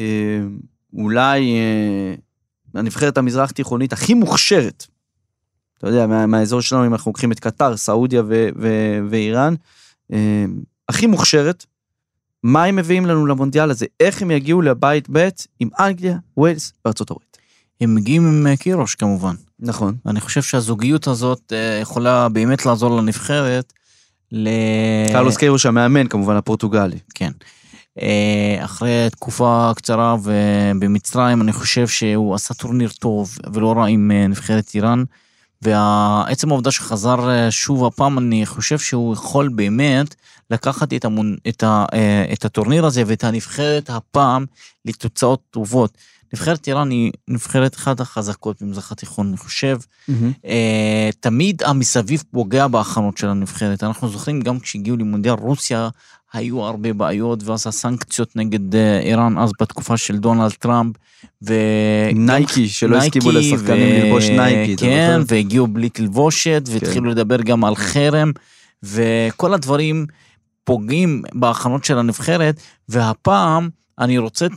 אולי הנבחרת המזרח תיכונית הכי מוכשרת, אתה יודע, מה, מהאזור שלנו, אם אנחנו לוקחים את קטר, סעודיה ו- ו- ואיראן, הכי מוכשרת, מה הם מביאים לנו למונדיאל הזה? איך הם יגיעו לבית בית עם אנגליה, ווילס וארצות הברית? הם מגיעים עם קירוש כמובן. נכון. אני חושב שהזוגיות הזאת יכולה באמת לעזור לנבחרת. ל... קרלוס קירוש המאמן כמובן, הפורטוגלי. כן. אחרי תקופה קצרה ובמצרים, אני חושב שהוא עשה טורניר טוב ולא רע עם נבחרת איראן, והעצם העובדה שחזר שוב הפעם, אני חושב שהוא יכול באמת לקחת את, המון, את, ה, את הטורניר הזה ואת הנבחרת הפעם לתוצאות טובות. נבחרת איראן היא נבחרת אחת החזקות במזרח התיכון, אני חושב. Mm-hmm. תמיד המסביב פוגע בהכנות של הנבחרת. אנחנו זוכרים גם כשהגיעו למונדיאל רוסיה, היו הרבה בעיות, ועשה סנקציות נגד איראן, אז בתקופה של דונלד טראמפ, ו... נייקי, שלא הסכימו לשחקנים ו... ללבוש נייקי. כן, והגיעו בלי תלבושת, והתחילו כן. לדבר גם על חרם, וכל הדברים פוגעים בהכנות של הנבחרת, והפעם אני רוצה,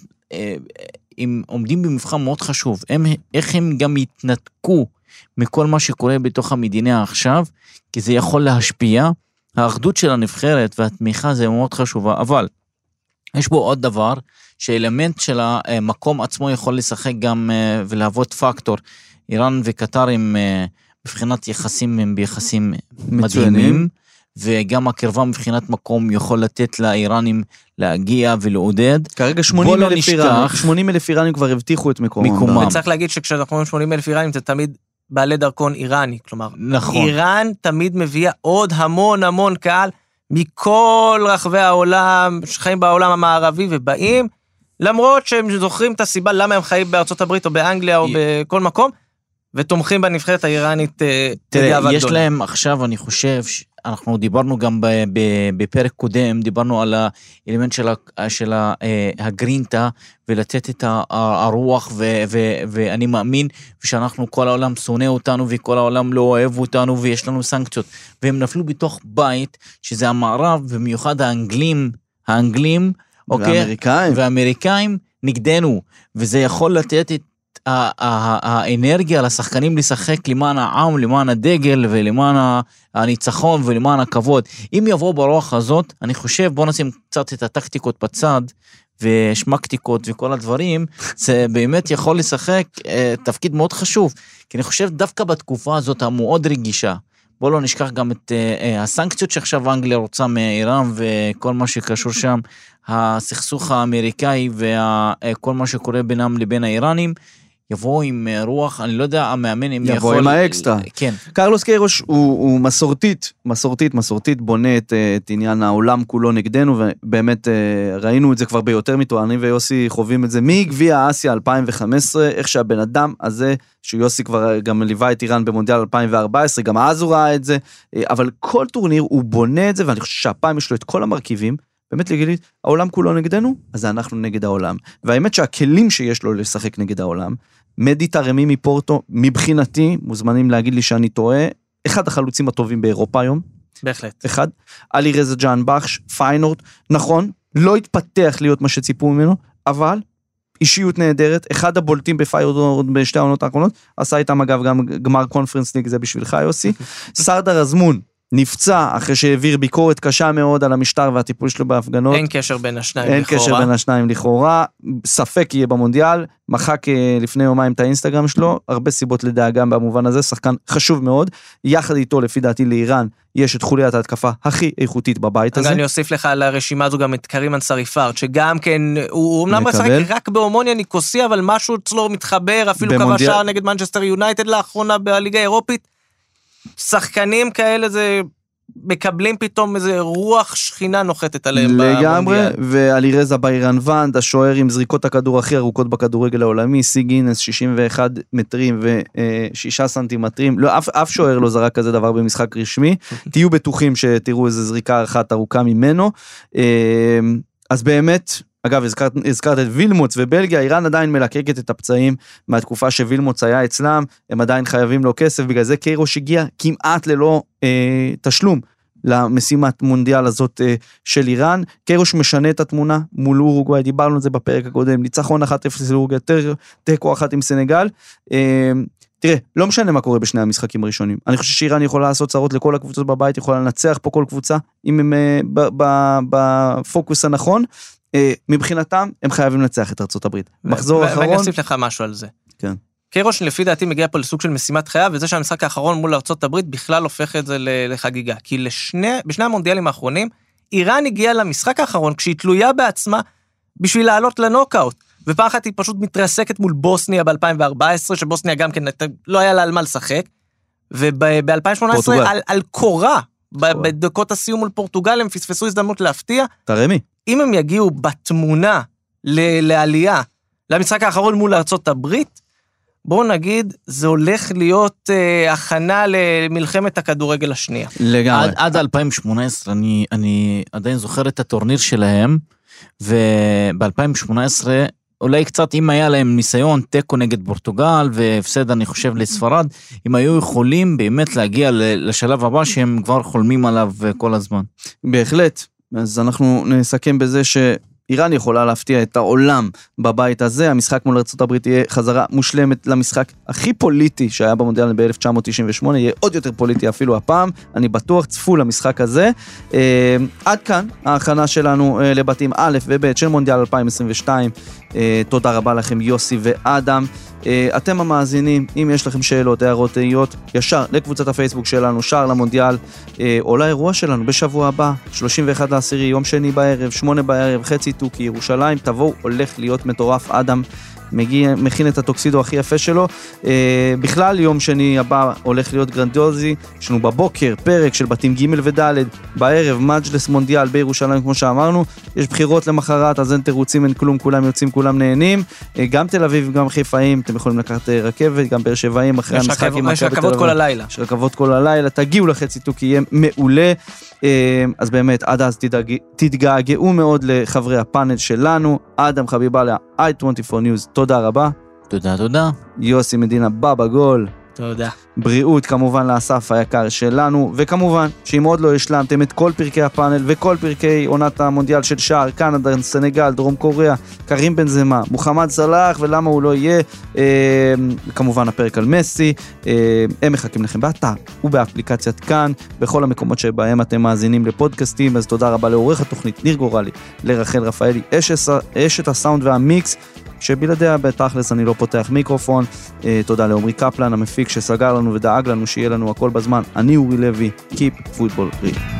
הם עומדים במבחן מאוד חשוב, הם, איך הם גם יתנתקו מכל מה שקורה בתוך המדינה עכשיו, כי זה יכול להשפיע, האחדות של הנבחרת והתמיכה זה מאוד חשובה, אבל יש בו עוד דבר, שאלמנט של המקום עצמו יכול לשחק גם ולהוות פקטור. איראן וקטר הם מבחינת יחסים, הם ביחסים מדהימים, וגם הקרבה מבחינת מקום יכול לתת לאיראנים להגיע ולעודד. כרגע שמונים אלף איראנים כבר הבטיחו את מקומם. וצריך להגיד שכשאנחנו אומרים שמונים אלף איראנים, זה תמיד בעלי דרכון איראני, כלומר, נכון. איראן תמיד מביאה עוד המון המון קהל, מכל רחבי העולם, שחיים בעולם המערבי, ובאים, למרות שהם זוכרים את הסיבה, למה הם חיים בארצות הברית, או באנגליה, או בכל מקום, ותומכים בנבחרת האיראנית. תראה, יש להם עכשיו, אני חושב, אנחנו דיברנו גם בפרק קודם, דיברנו על האלמנט של, של הגרינטה, ולתת את הרוח, ו, ו, ואני מאמין שאנחנו, כל העולם שונא אותנו, וכל העולם לא אוהב אותנו, ויש לנו סנקציות, והם נפלו בתוך בית, שזה המערב, במיוחד האנגלים, האנגלים, והאמריקאים, והאמריקאים נגדנו, וזה יכול לתת את האנרגיה לשחקנים לשחק למען העם, למען הדגל ולמען הניצחון ולמען הכבוד. אם יבוא ברוח הזאת, אני חושב, בוא נשים קצת את הטקטיקות בצד, ושמקטיקות וכל הדברים, זה באמת יכול לשחק תפקיד מאוד חשוב, כי אני חושב דווקא בתקופה הזאת המאוד רגישה, בוא לא נשכח גם את הסנקציות שעכשיו אנגליה רוצה מאיראן, וכל מה שקשור שם, הסכסוך האמריקאי, וכל מה שקורה בינם לבין האיראנים, יבוא עם רוח, אני לא יודע, המאמן אם יבוא יכול... יבוא עם האקסטרה. כן. קרלוס קירוש הוא, הוא מסורתית, מסורתית, מסורתית, בונה את, את עניין העולם כולו נגדנו, ובאמת ראינו את זה כבר ביותר מתו, אני ויוסי חווים את זה, מגביע אסיה אלפיים וחמש עשרה, איך שהבן אדם הזה, שיוסי כבר גם ליווה את איראן במונדיאל אלפיים וארבע עשרה, גם אז הוא ראה את זה, אבל כל טורניר הוא בונה את זה, ואני חושב שהפעם יש לו את כל המרכיבים, באמת להגיד, העולם כולו נגדנו, אז אנחנו נגד העולם. והאמת שהכלים שיש לו לשחק נגד העולם, מדי תרמי מפורטו, מבחינתי, מוזמנים להגיד לי שאני טועה, אחד החלוצים הטובים באירופה היום. בהחלט. אחד. עלי רזה ג'אן בחש, פיינורד, נכון, לא התפתח להיות מה שציפו ממנו, אבל אישיות נהדרת, אחד הבולטים בפיינורד בשתי העונות האחרונות, עשה איתם אגב גם גמר קונפרנס ליג, זה בשבילך יוסי. סרדר אזמון, נפצע אחרי שהעביר ביקורת קשה מאוד על המשטר והטיפול שלו בהפגנות. אין קשר בין השניים אין לכאורה. קשר בין השניים לכאורה, ספק יהיה במונדיאל, מחק לפני יומיים את האינסטגרם שלו, הרבה סיבות לדאגה במובן הזה, שחקן חשוב מאוד, יחד איתו לפי דעתי לאיראן, יש את חוליית ההתקפה הכי איכותית בבית הזה. אני אוסיף לך על הרשימה הזו גם את קרימן סריפארד, שגם כן, הוא אמנם משחק רק בהומוניה ניקוסיה, אבל משהו אצלו מתחבר, אפילו קבע שער נגד מנצ'סטר יונייטד לאחרונה בליגה האירופית. שחקנים כאלה זה מקבלים פתאום איזה רוח שכינה נוחתת עליהם במונדיאל. לגמרי, ועלי רזה ביירן ונד, השוער עם זריקות הכדור הכי ארוכות בכדורגל העולמי, סי גינס, שישים ואחד מטרים ושישה סנטימטרים, לא, אף, אף שוער לא זרק כזה דבר במשחק רשמי, תהיו בטוחים שתראו איזה זריקה אחת ארוכה ממנו, אז באמת, אגב, הזכרת, הזכרת את וילמוץ ובלגיה, איראן עדיין מלקקת את הפצעים מהתקופה שווילמוץ היה אצלם, הם עדיין חייבים לו כסף, בגלל זה קיירוש הגיע כמעט ללא אה, תשלום למשימת מונדיאל הזאת אה, של איראן. קיירוש משנה את התמונה מול אורוגוואי, דיברנו על זה בפרק הקודם, ניצחון אחת אפס לאורוגוואי, תיקו אחת עם סנגל, אה, תראה, לא משנה מה קורה בשני המשחקים הראשונים, אני חושב שאיראן יכולה לעשות צרות לכל הקבוצות בבית, יכולה לנצח פה כל קבוצה, אם הם אה, בפוקוס הנכון, מבחינתם, הם חייבים לנצח את ארצות הברית. מחזור האחרון... ואני אוסיף לך משהו על זה. כן. קיירוש, לפי דעתי, מגיע פה לסוג של משימת חייו, וזה שהמשחק האחרון מול ארצות הברית בכלל הופך את זה לחגיגה. כי לשני, בשני המונדיאלים האחרונים, איראן הגיעה למשחק האחרון, כשהיא תלויה בעצמה, בשביל לעלות לנוקאוט. ופעם אחת היא פשוט מתרסקת מול בוסניה ב-אלפיים וארבע עשרה, שבוסניה גם כן לא היה לה על מה לשחק, וב-אלפיים שמונה עשרה על, על קורה, בדקות הסיום מול פורטוגל, הם פספסו הזדמנות להפתיע. תרמי. אם הם יגיעו בתמונה לעלייה, למשחק האחרון מול ארצות הברית, בואו נגיד, זה הולך להיות אה, הכנה למלחמת הכדורגל השנייה. לגמרי. עד, עד אלפיים שמונה עשרה, אני, אני עדיין זוכר את הטורניר שלהם, וב-אלפיים שמונה עשרה, אולי קצת, אם היה להם ניסיון, טקו נגד פורטוגל, והפסד, אני חושב, לספרד, אם היו יכולים באמת להגיע לשלב הבא, שהם כבר חולמים עליו כל הזמן. בהחלט. אז אנחנו נסכם בזה שאיראן יכולה להפתיע את העולם בבית הזה, המשחק מול ארצות הברית יהיה חזרה מושלמת למשחק הכי פוליטי שהיה במונדיאל ב-אלף תשע מאות תשעים ושמונה, יהיה עוד יותר פוליטי אפילו הפעם, אני בטוח, צפו למשחק הזה. אה, עד כאן ההכנה שלנו אה, לבתים א' וב' של מונדיאל אלפיים עשרים ושתיים, אה, תודה רבה לכם יוסי ואדם. אתם המאזינים, אם יש לכם שאלות, הערות, תהיות, ישר לקבוצת הפייסבוק שלנו, שער למונדיאל, או לאירוע שלנו בשבוע הבא, שלושים ואחד לעשירי, יום שני בערב, שמונה בערב, חצי תוקי, ירושלים, תבואו, הולך להיות מטורף, אדם מגיע, מכין את הטוקסידו הכי יפה שלו, בכלל יום שני הבא הולך להיות גרנדיוזי, יש לנו בבוקר פרק של בתים ג' וד', בערב מג'לס מונדיאל בירושלים כמו שאמרנו, יש בחירות למחרת, אז אין תירוצים, אין כלום, כולם יוצאים, כולם נהנים, גם תל אביב, גם חיפאים, אתם יכולים לקחת רכבת, גם באר שבעים, אחרי המשחק עם יש רכבות כל הלילה. יש רכבות כל הלילה, תגיעו לחצי תוקי, יהיה מעולה, אז באמת עד אז תתגעגעו מאוד לחברי הפאנל שלנו, אדם חביבאללה, איי עשרים וארבע ניוז, תודה רבה. תודה, תודה. יוסי מדינה בא בגול. תודה. בריאות כמובן לאסף היקר שלנו, וכמובן שאם עוד לא השלמתם את כל פרקי הפאנל וכל פרקי עונת המונדיאל של שער, קנדה, סנגל, דרום קוריאה, קרים בנזמה, מוחמד סלאח ולמה הוא לא יהיה, אה, כמובן הפרק על מסי, אה, הם מחכים לכם באתר ובאפליקציית כאן, בכל המקומות שבהם אתם מאזינים לפודקאסטים, אז תודה רבה לעורך התוכנית ניר גורלי, לרחל רפאלי, אשת הסאונד והמיקס, שבלעדיה בתכלס אני לא פותח מיקרופון, אה, תודה לעומרי קפלן המפיק שסגר לנו ודאג לנו שיהיה לנו הכל בזמן, אני אורי לוי, Keep Football Real.